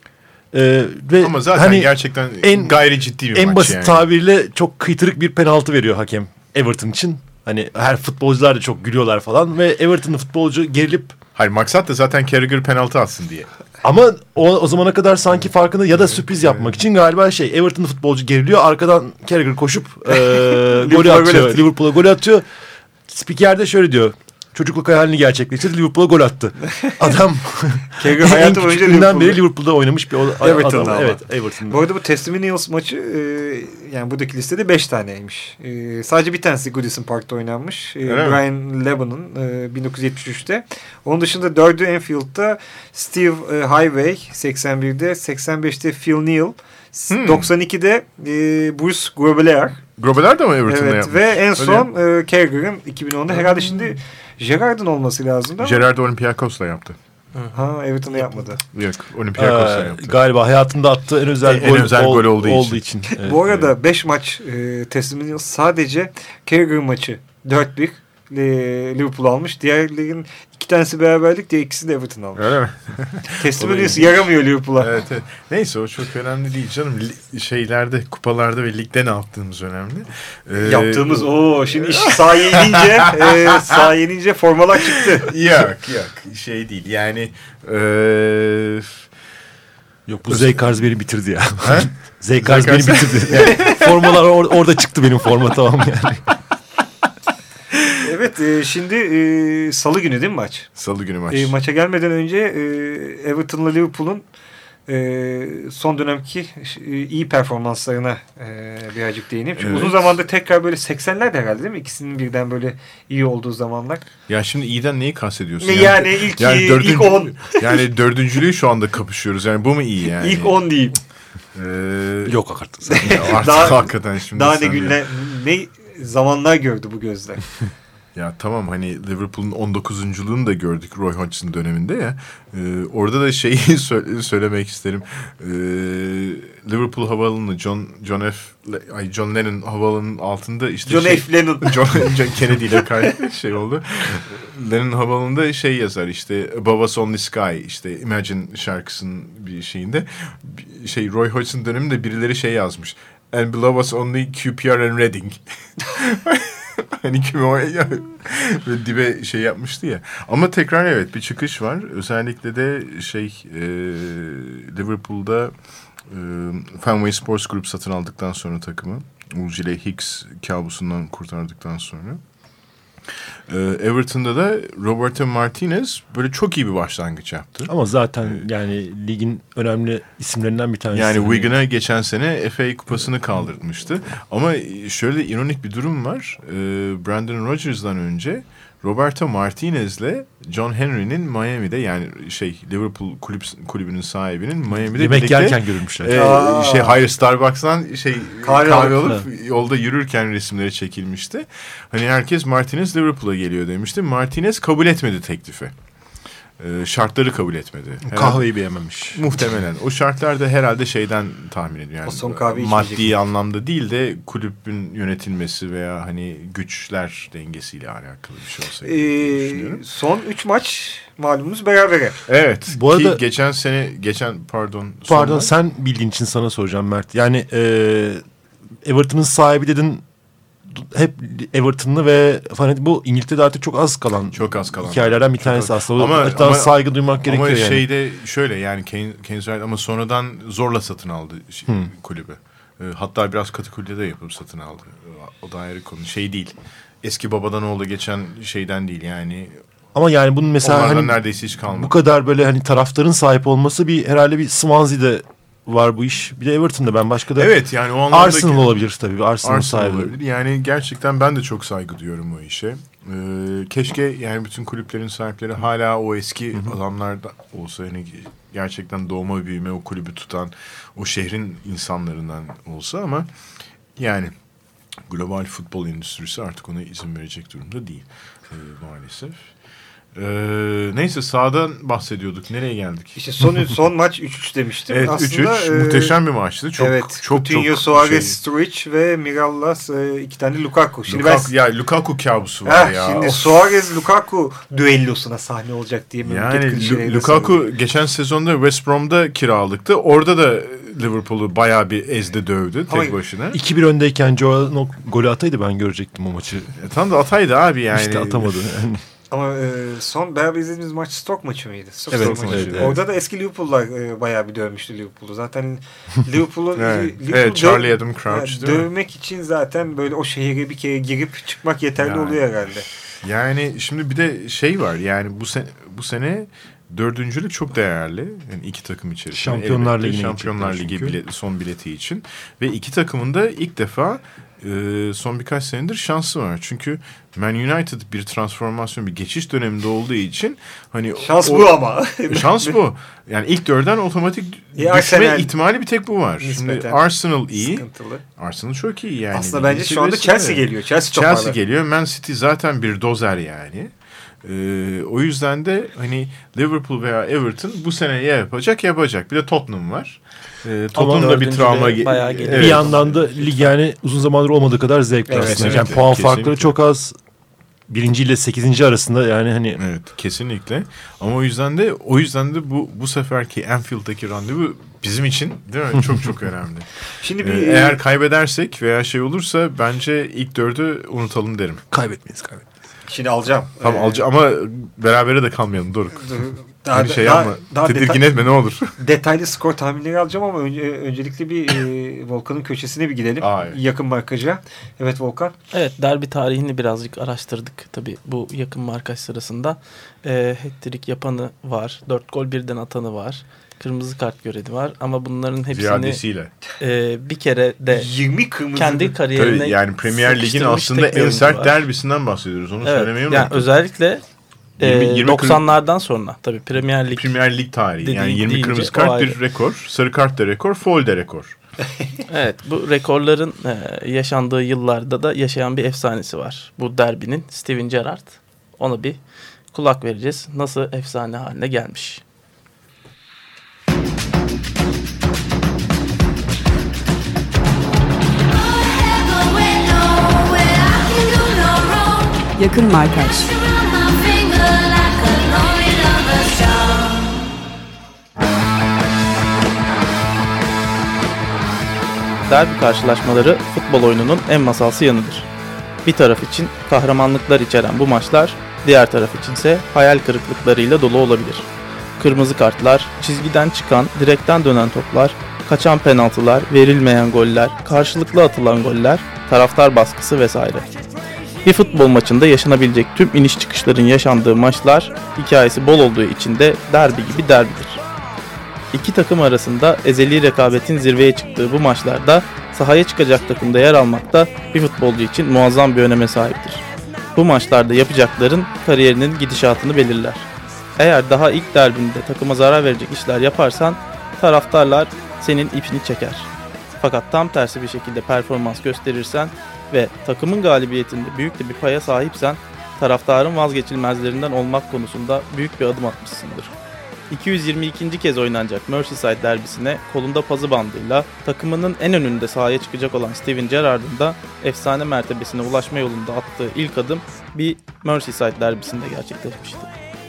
S6: E, ve
S4: Ama zaten
S6: hani
S4: gerçekten
S6: en-
S4: gayri ciddi bir
S6: en
S4: maç
S6: basit
S4: yani.
S6: tabirle çok kıytırık bir penaltı veriyor hakem Everton için. Hani her futbolcular da çok gülüyorlar falan ve Everton'lı futbolcu gerilip
S4: Hayır, maksat da zaten Carragher penaltı atsın diye.
S6: ama o, o zamana kadar sanki farkında ya da sürpriz yapmak için galiba şey Everton'lı futbolcu geriliyor. Arkadan Carragher koşup e, golü
S3: Liverpool'a gol
S6: atıyor.
S3: atıyor.
S6: Liverpool'a gol atıyor. Spiker de şöyle diyor. çocukluk hayalini gerçekleştirdi. Liverpool'a gol attı. Adam
S3: Carragher hayatı
S6: en
S3: boyunca
S6: küçüklüğünden
S3: Liverpool'da.
S6: beri Liverpool'da oynamış bir o-
S3: Everton'da
S6: adam.
S3: ama.
S6: Evet, Everton'da.
S3: Bu arada bu Testimonials maçı e, yani buradaki listede beş taneymiş. E, sadece bir tanesi Goodison Park'ta oynanmış. E, Brian Leban'ın e, bin dokuz yüz yetmiş üçte. Onun dışında dördü Enfield'da, Steve e, Highway seksen birde, seksen beşte Phil Neal, hmm. doksan ikide e, Bruce Grobbelaar.
S4: Grobbelaar da mı Everton'da
S3: evet,
S4: yapmış?
S3: ve en son e, Carragher'ın iki bin onda herhalde şimdi Gerrard'ın olması lazım.
S4: Gerrard Olympiakos'la yaptı.
S3: Ha, Everton'da yapmadı.
S4: Yok, Olympiakos'la
S6: ee,
S4: yaptı.
S6: Galiba hayatında attığı en özel,
S4: en
S6: gol,
S4: özel
S6: ol,
S4: gol olduğu,
S6: olduğu
S4: için.
S6: için. Evet.
S3: Bu arada beş maç e, Testimonials sadece Carragher maçı dört bir e, Liverpool almış. Diğerlerin iki tanesi beraberlik, diğer ikisi de Everton almış.
S4: Öyle mi?
S3: Testimonials yaramıyor Liverpool'a.
S4: Evet, evet. Neyse o çok önemli değil canım. Li- şeylerde, kupalarda ve ligde ne yaptığımız önemli.
S3: Ee, Yaptığımız o şimdi iş sahaya inince e, sahaya inince formalar çıktı.
S4: Yok yok şey değil yani eee
S6: Yok bu Zeykars beni bitirdi ya.
S4: He?
S6: Zeykars beni bitirdi. Yani, formalar or- orada çıktı benim forma, tamam yani.
S3: Evet e, şimdi e, salı günü değil mi maç?
S4: Salı günü maç.
S3: E, maça gelmeden önce e, Everton'la Liverpool'un e, son dönemki e, iyi performanslarına e, birazcık değineyim. Çünkü
S4: Evet.
S3: uzun zamandır tekrar böyle seksenlerde herhalde değil mi? İkisinin birden böyle iyi olduğu zamanlar.
S4: Ya şimdi iyiden neyi kastediyorsun?
S3: Yani, yani ilk
S4: yani
S3: iyi,
S4: dördüncü,
S3: ilk on.
S4: Yani dördüncülüğü şu anda kapışıyoruz. Yani bu mu iyi yani?
S3: İlk on diyeyim.
S4: Ee,
S6: Yok artık. Sen.
S4: artık
S3: daha,
S4: hakikaten şimdi.
S3: Daha ne
S4: sen
S3: günler, ne zamanlar gördü bu gözler.
S4: Ya tamam hani Liverpool'un on dokuzunculuğunu da gördük Roy Hodgson döneminde ya. Ee, orada da şeyi sö- söylemek isterim. Ee, Liverpool havaalanı John John F. Ay John Lennon havaalanının altında işte
S3: John
S4: şey,
S3: F. Lennon.
S4: John, John Kennedy ile kay şey oldu. Lennon havaalanında şey yazar işte Above Us Only Sky işte Imagine şarkısının bir şeyinde şey Roy Hodgson döneminde birileri şey yazmış. And below us only Q P R and Reading. Hani kimi o ya, ve dibe şey yapmıştı ya. Ama tekrar evet bir çıkış var. Özellikle de şey e, Liverpool'da e, Fenway Sports Group satın aldıktan sonra takımı. Ulcile Hicks kabusundan kurtardıktan sonra. E, Everton'da da Roberto Martinez böyle çok iyi bir başlangıç yaptı.
S6: Ama zaten yani ligin önemli isimlerinden bir tanesi.
S4: Yani Wigan'a geçen sene F A kupasını kaldırmıştı. Ama şöyle ironik bir durum var. Ee, Brendan Rodgers'dan önce Roberto Martinez'le John Henry'nin Miami'de yani şey Liverpool kulüp, kulübünün sahibinin Miami'de
S6: yemek
S4: birlikte,
S6: yerken görülmüşler.
S4: E, şey hayır Starbucks'tan şey
S3: Kahve
S4: kahve,
S3: alıp,
S4: alıp yolda yürürken resimleri çekilmişti. Hani herkes Martinez Liverpool'a geliyor demişti. Martinez kabul etmedi teklifi. Ee, şartları kabul etmedi.
S6: Kahveyi beğenmemiş.
S4: Muhtemelen. O şartlar da herhalde şeyden tahmin ediyorum. Yani
S3: O son kahve
S4: maddi
S3: içmeyecek.
S4: anlamda değil de kulübün yönetilmesi veya hani güçler dengesiyle alakalı bir şey olsa
S3: Ee,
S4: diye düşünüyorum.
S3: son üç maç malumunuz berabere.
S4: Evet.
S6: Bu arada-
S4: ki geçen sene geçen pardon.
S6: Pardon
S4: sondan-
S6: sen bildiğin için sana soracağım Mert. Yani e, Everton'ın sahibi dedin, hep Everton'lı ve hani bu İngiltere'de artık çok az kalan
S4: çok az kalan
S6: hikayelerden bir
S4: Çok
S6: tanesi
S4: az.
S6: aslında.
S4: Ama-
S6: Hatta
S4: ama-
S6: saygı duymak gerekiyor
S4: ama
S6: yani.
S4: şeyde şöyle yani Keynes Wright ama sonradan zorla satın aldı şey,
S6: Hmm.
S4: kulübü. Ee, hatta biraz Katıkül'de de yapıp satın aldı. O da ayrı konu. Şey değil. Eski babadan oğlu geçen şeyden değil yani.
S6: Ama yani bunun mesela
S4: Onlardan
S6: hani
S4: neredeyse hiç kalmadı.
S6: bu kadar böyle hani taraftarın sahip olması bir herhalde bir Swansea'de var bu iş. Bir de Everton'da ben başka da
S4: Evet yani o anlamda
S6: Arsenal olabilir tabii. Arsenal,
S4: Arsenal
S6: sahibi.
S4: olabilir. Yani gerçekten ben de çok saygı duyuyorum o işe. Ee, keşke yani bütün kulüplerin sahipleri hala o eski adamlar da olsa yani gerçekten doğma büyüme o kulübü tutan o şehrin insanlarından olsa ama yani global futbol endüstrisi artık ona izin verecek durumda değil ee, maalesef. Ee, neyse sahadan bahsediyorduk. Nereye geldik?
S3: İşte son son maç üç üç demiştim.
S4: Evet üç üç
S3: Aslında, e,
S4: muhteşem bir maçtı. Çok
S3: evet,
S4: çok
S3: Coutinho,
S4: çok
S3: Suarez,
S4: şey.
S3: Sturridge ve Mirallas e, iki tane Lukaku. Şimdi
S4: Lukaku,
S3: ben
S4: ya Lukaku kabusu var
S3: Heh,
S4: ya.
S3: şimdi
S4: Of.
S3: Suarez Lukaku düellosuna sahne olacak diye
S4: Yani
S3: memleket
S4: Lu- Lukaku geçen sezonda West Brom'da kiralıktı. Orada da Liverpool'u bayağı bir ezdi dövdü tek
S3: Ama
S4: başına.
S6: iki bir öndeyken Joel'ın o golü ataydı ben görecektim o maçı.
S4: E, tam da ataydı abi yani.
S6: İşte atamadı. Yani.
S3: Ama e, son beraber izlediğimiz maç Stoke maçı mıydı? Stoke
S6: Evet,
S3: maçı.
S6: evet, evet.
S3: Orada da eski Liverpool'lar e, bayağı bir dövmüştü Liverpool'u. Zaten Liverpool'u
S4: Evet,
S3: Liverpool
S4: evet,
S3: döv-
S4: Charlie Adam Crouch
S3: yani
S4: değil mi?
S3: dövmek için zaten böyle o şehire bir kere girip çıkmak yeterli
S4: Yani.
S3: oluyor herhalde.
S4: Yani şimdi bir de şey var. Yani bu sene bu sene dördüncülük çok değerli. Yani iki takım içerisinde.
S6: Şampiyonlar Ligi'ne
S4: Şampiyonlar Ligi
S6: çünkü.
S4: bileti, son bileti için ve iki takımın da ilk defa e, son birkaç senedir şansı var. Çünkü Man United bir transformasyon, bir geçiş döneminde olduğu için hani
S3: Şans
S4: o,
S3: bu ama.
S4: şans bu. Yani ilk dörden otomatik
S3: İyi,
S4: düşme
S3: Arsenal
S4: ihtimali bir tek bu var.
S3: nispeten
S4: Şimdi Arsenal iyi.
S3: sıkıntılı.
S4: Arsenal çok iyi yani.
S3: Aslında bence
S4: Ligin
S3: şu anda
S4: seviyesinde.
S3: Chelsea geliyor. Chelsea,
S4: Chelsea
S3: toparlar.
S4: geliyor. Man City zaten bir dozer yani. Ee, o yüzden de hani Liverpool veya Everton bu sene ya yapacak yapacak. Bir de Tottenham var. Ee, Tottenham'da bir
S7: dördüncü
S4: travma
S7: de bayağı geliyor.
S4: Evet.
S6: Bir yandan da lig yani uzun zamandır olmadığı kadar zevkli
S3: Evet,
S6: aslında.
S4: evet,
S6: yani
S4: evet,
S6: puan
S4: kesinlikle.
S6: farkları çok az. Birinci ile sekizinci arasında yani hani
S4: Evet, kesinlikle. Ama o yüzden de o yüzden de bu bu seferki Anfield'daki randevu bizim için değil mi? Çok çok önemli.
S3: Şimdi
S4: Ee,
S3: bir
S4: eğer kaybedersek veya şey olursa bence ilk dördü unutalım derim.
S6: kaybetmeyiz kaybetmeyiz.
S3: şimdi alacağım.
S4: Tamam
S3: Ee,
S4: alacağım ama berabere de kalmayalım Doruk.
S3: Daha,
S4: Hani şey
S3: daha,
S4: yapma.
S3: daha
S4: Tedirgin
S3: detay-
S4: etme ne olur.
S3: detaylı skor tahminleri alacağım ama önce, öncelikle bir e, Volkan'ın köşesine bir gidelim.
S4: Aa, evet.
S3: Yakın markaja. Evet Volkan.
S7: Evet, derbi tarihini birazcık araştırdık tabii bu yakın markaj sırasında. E, hat-trick yapanı var, dört gol birden atanı var, kırmızı kart göreni var ama bunların hepsini
S4: Ziyadesiyle.
S7: e, bir kere de
S3: yirmi kırmızı.
S7: kendi kariyerine
S4: Tabii yani Premier Lig'in
S7: sıkıştırmış
S4: aslında
S7: tek bir
S4: en
S7: oyuncu
S4: sert
S7: var.
S4: derbisinden bahsediyoruz. Onu
S7: Evet,
S4: söylemeyi
S7: yani
S4: unuttum.
S7: özellikle e,
S4: yirmi, yirmi
S7: doksanlardan sonra tabii Premier Lig
S4: Premier Lig tarihi. Yani
S7: dediğin-
S4: yirmi
S7: deyince
S4: kırmızı
S7: o
S4: kart
S7: ayrı.
S4: bir rekor. Sarı kart da rekor. Foul de rekor.
S7: Evet, bu rekorların e, yaşandığı yıllarda da yaşayan bir efsanesi var. Bu derbinin Steven Gerrard. Ona bir kulak vereceğiz. Nasıl efsane haline gelmiş.
S8: Yakın markaj.
S7: Derbi karşılaşmaları futbol oyununun en masalsı yanıdır. Bir taraf için kahramanlıklar içeren bu maçlar, diğer taraf içinse hayal kırıklıklarıyla dolu olabilir. Kırmızı kartlar, çizgiden çıkan, direkten dönen toplar, kaçan penaltılar, verilmeyen goller, karşılıklı atılan goller, taraftar baskısı vesaire. Bir futbol maçında yaşanabilecek tüm iniş çıkışların yaşandığı maçlar, hikayesi bol olduğu için de derbi gibi derbidir. İki takım arasında ezeli rekabetin zirveye çıktığı bu maçlarda sahaya çıkacak takımda yer almak da bir futbolcu için muazzam bir öneme sahiptir. Bu maçlarda yapacakların kariyerinin gidişatını belirler. Eğer daha ilk derbinde takıma zarar verecek işler yaparsan taraftarlar senin ipini çeker. Fakat tam tersi bir şekilde performans gösterirsen ve takımın galibiyetinde büyük de bir paya sahipsen taraftarın vazgeçilmezlerinden olmak konusunda büyük bir adım atmışsındır. iki yüz yirmi ikinci kez oynanacak Merseyside derbisine kolunda pazı bandıyla takımının en önünde sahaya çıkacak olan Steven Gerrard'ın da efsane mertebesine ulaşma yolunda attığı ilk adım bir Merseyside derbisinde gerçekleşmişti.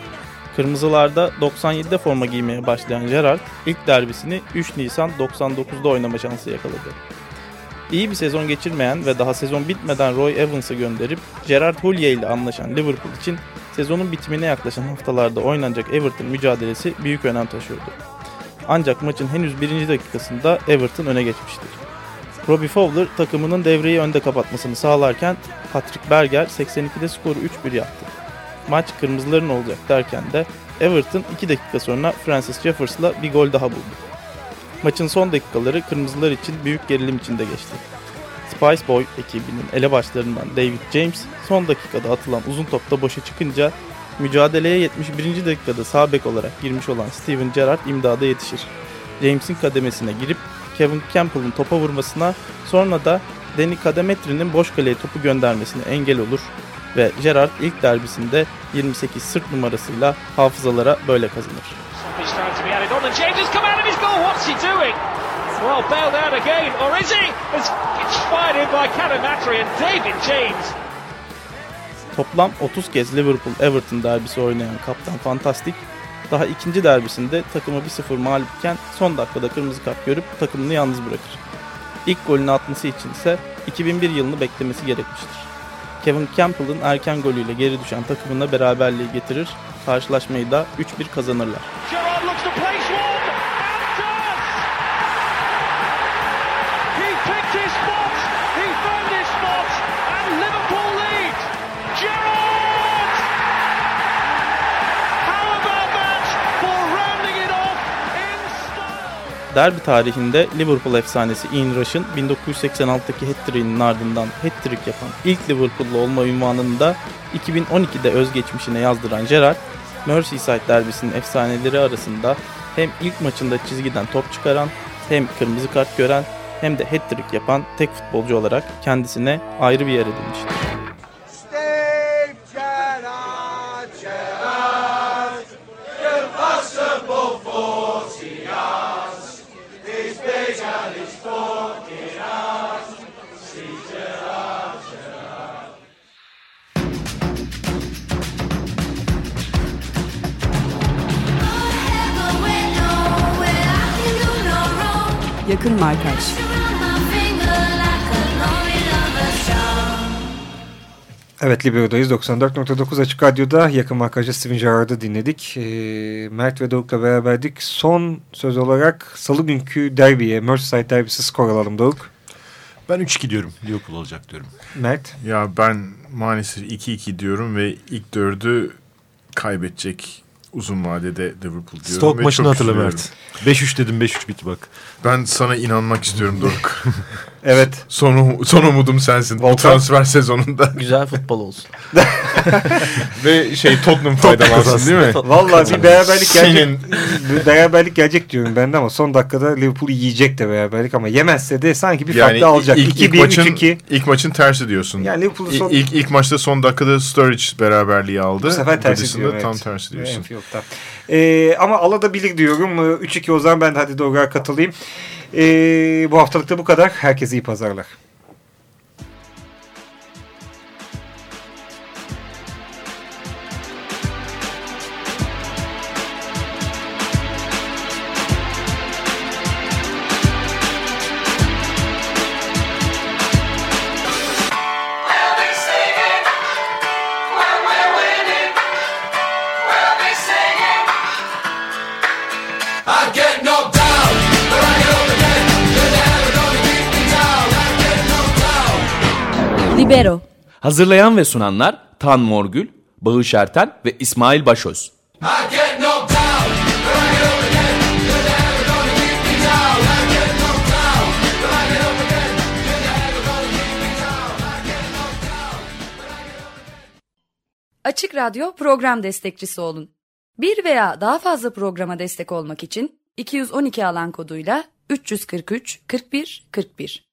S7: Kırmızılarda doksan yedide forma giymeye başlayan Gerrard ilk derbisini üç Nisan doksan dokuzda oynama şansı yakaladı. İyi bir sezon geçirmeyen ve daha sezon bitmeden Roy Evans'ı gönderip Gerard Houllier ile anlaşan Liverpool için sezonun bitimine yaklaşan haftalarda oynanacak Everton mücadelesi büyük önem taşıyordu. Ancak maçın henüz birinci dakikasında Everton öne geçmiştir. Robbie Fowler takımının devreyi önde kapatmasını sağlarken Patrick Berger seksen ikide skoru üç bir yaptı. Maç kırmızıların olacak derken de Everton iki dakika sonra Francis Jeffers'la bir gol daha buldu. Maçın son dakikaları kırmızılar için büyük gerilim içinde geçti. Spice Boy ekibinin elebaşlarından David James son dakikada atılan uzun topta boşa çıkınca mücadeleye yetmiş birinci dakikada sağ bek olarak girmiş olan Steven Gerrard imdada yetişir. James'in kademesine girip Kevin Campbell'ın topa vurmasına, sonra da Danny Cademetri'nin boş kaleye topu göndermesine engel olur ve Gerrard ilk derbisinde yirmi sekiz sırt numarasıyla hafızalara böyle kazanır.
S9: Well, bailed out again, or is he? It's fired in by Cadamatri and David James.
S7: Toplam otuz kez Liverpool-Everton derbisi oynayan Kaptan Fantastic, daha ikinci derbisinde takımı bir sıfır mağlupken son dakikada kırmızı kart görüp takımını yalnız bırakır. İlk golünü atması için ise iki bin bir yılını beklemesi gerekmiştir. Kevin Campbell'ın erken golüyle geri düşen takımına beraberliği getirir, karşılaşmayı da üç bir kazanırlar.
S9: Gerrard looks to place one. Picked his spot, he found his spot, and Liverpool lead. Gerrard!
S7: Derbi tarihinde Liverpool efsanesi Ian Rush'ın bin dokuz yüz seksen altıdaki hat-trick'inin ardından hat-trick yapan ilk Liverpool'lu olma unvanını da iki bin on ikide özgeçmişine yazdıran Gerrard, Merseyside derbisinin efsaneleri arasında hem ilk maçında çizgiden top çıkaran, hem kırmızı kart gören, hem de hat-trick yapan tek futbolcu olarak kendisine ayrı bir yer edinmiştir.
S8: Yakın markaj.
S3: Evet, Libero'dayız. doksan dört nokta dokuz Açık Radyo'da yakın markajda Steven Gerrard'ı dinledik. E, Mert ve Doruk'la beraberdik. Son söz olarak salı günkü derbiye, Merseyside derbisi skor alalım Doruk.
S6: Ben üç iki diyorum. Liverpool olacak diyorum.
S3: Mert?
S4: Ya ben maalesef iki iki diyorum ve ilk dördü kaybedecek uzun vadede Liverpool diyorum.
S6: Stoke maçını hatırla
S4: üzülüyorum.
S6: Mert. beş üç dedim, beş üç bitti bak.
S4: Ben sana inanmak istiyorum Doruk.
S3: Evet.
S4: Son, son umudum sensin bu transfer sezonunda.
S7: Güzel futbol olsun.
S4: Ve şey Tottenham faydalansın değil mi?
S3: Vallahi bir beraberlik gelecek. Bir beraberlik gelecek diyorum ben de ama son dakikada Liverpool yiyecek de beraberlik ama yemezse de sanki bir
S4: yani
S3: farklı alacak.
S4: Ilk,
S3: iki
S4: ilk,
S3: bir,
S4: maçın,
S3: üç iki.
S4: ilk maçın tersi diyorsun.
S3: Yani Liverpool'un son...
S4: İlk, ilk maçta son dakikada Sturridge beraberliği aldı.
S3: Bu sefer tersi diyorum. Evet.
S4: Tam tersi diyorsun.
S3: Evet, yok, tamam. Ee, ama alabilir diyorum. üç iki o zaman ben de hadi Doruk'a katılayım. Ee, bu haftalıkta bu kadar. Herkese iyi pazarlar.
S8: Libero.
S2: Hazırlayan ve sunanlar Tan Morgül, Bağış Erten ve İsmail Başöz.
S8: Açık Radyo program destekçisi olun. Bir veya daha fazla programa destek olmak için iki yüz on iki alan koduyla üç yüz kırk üç kırk bir kırk bir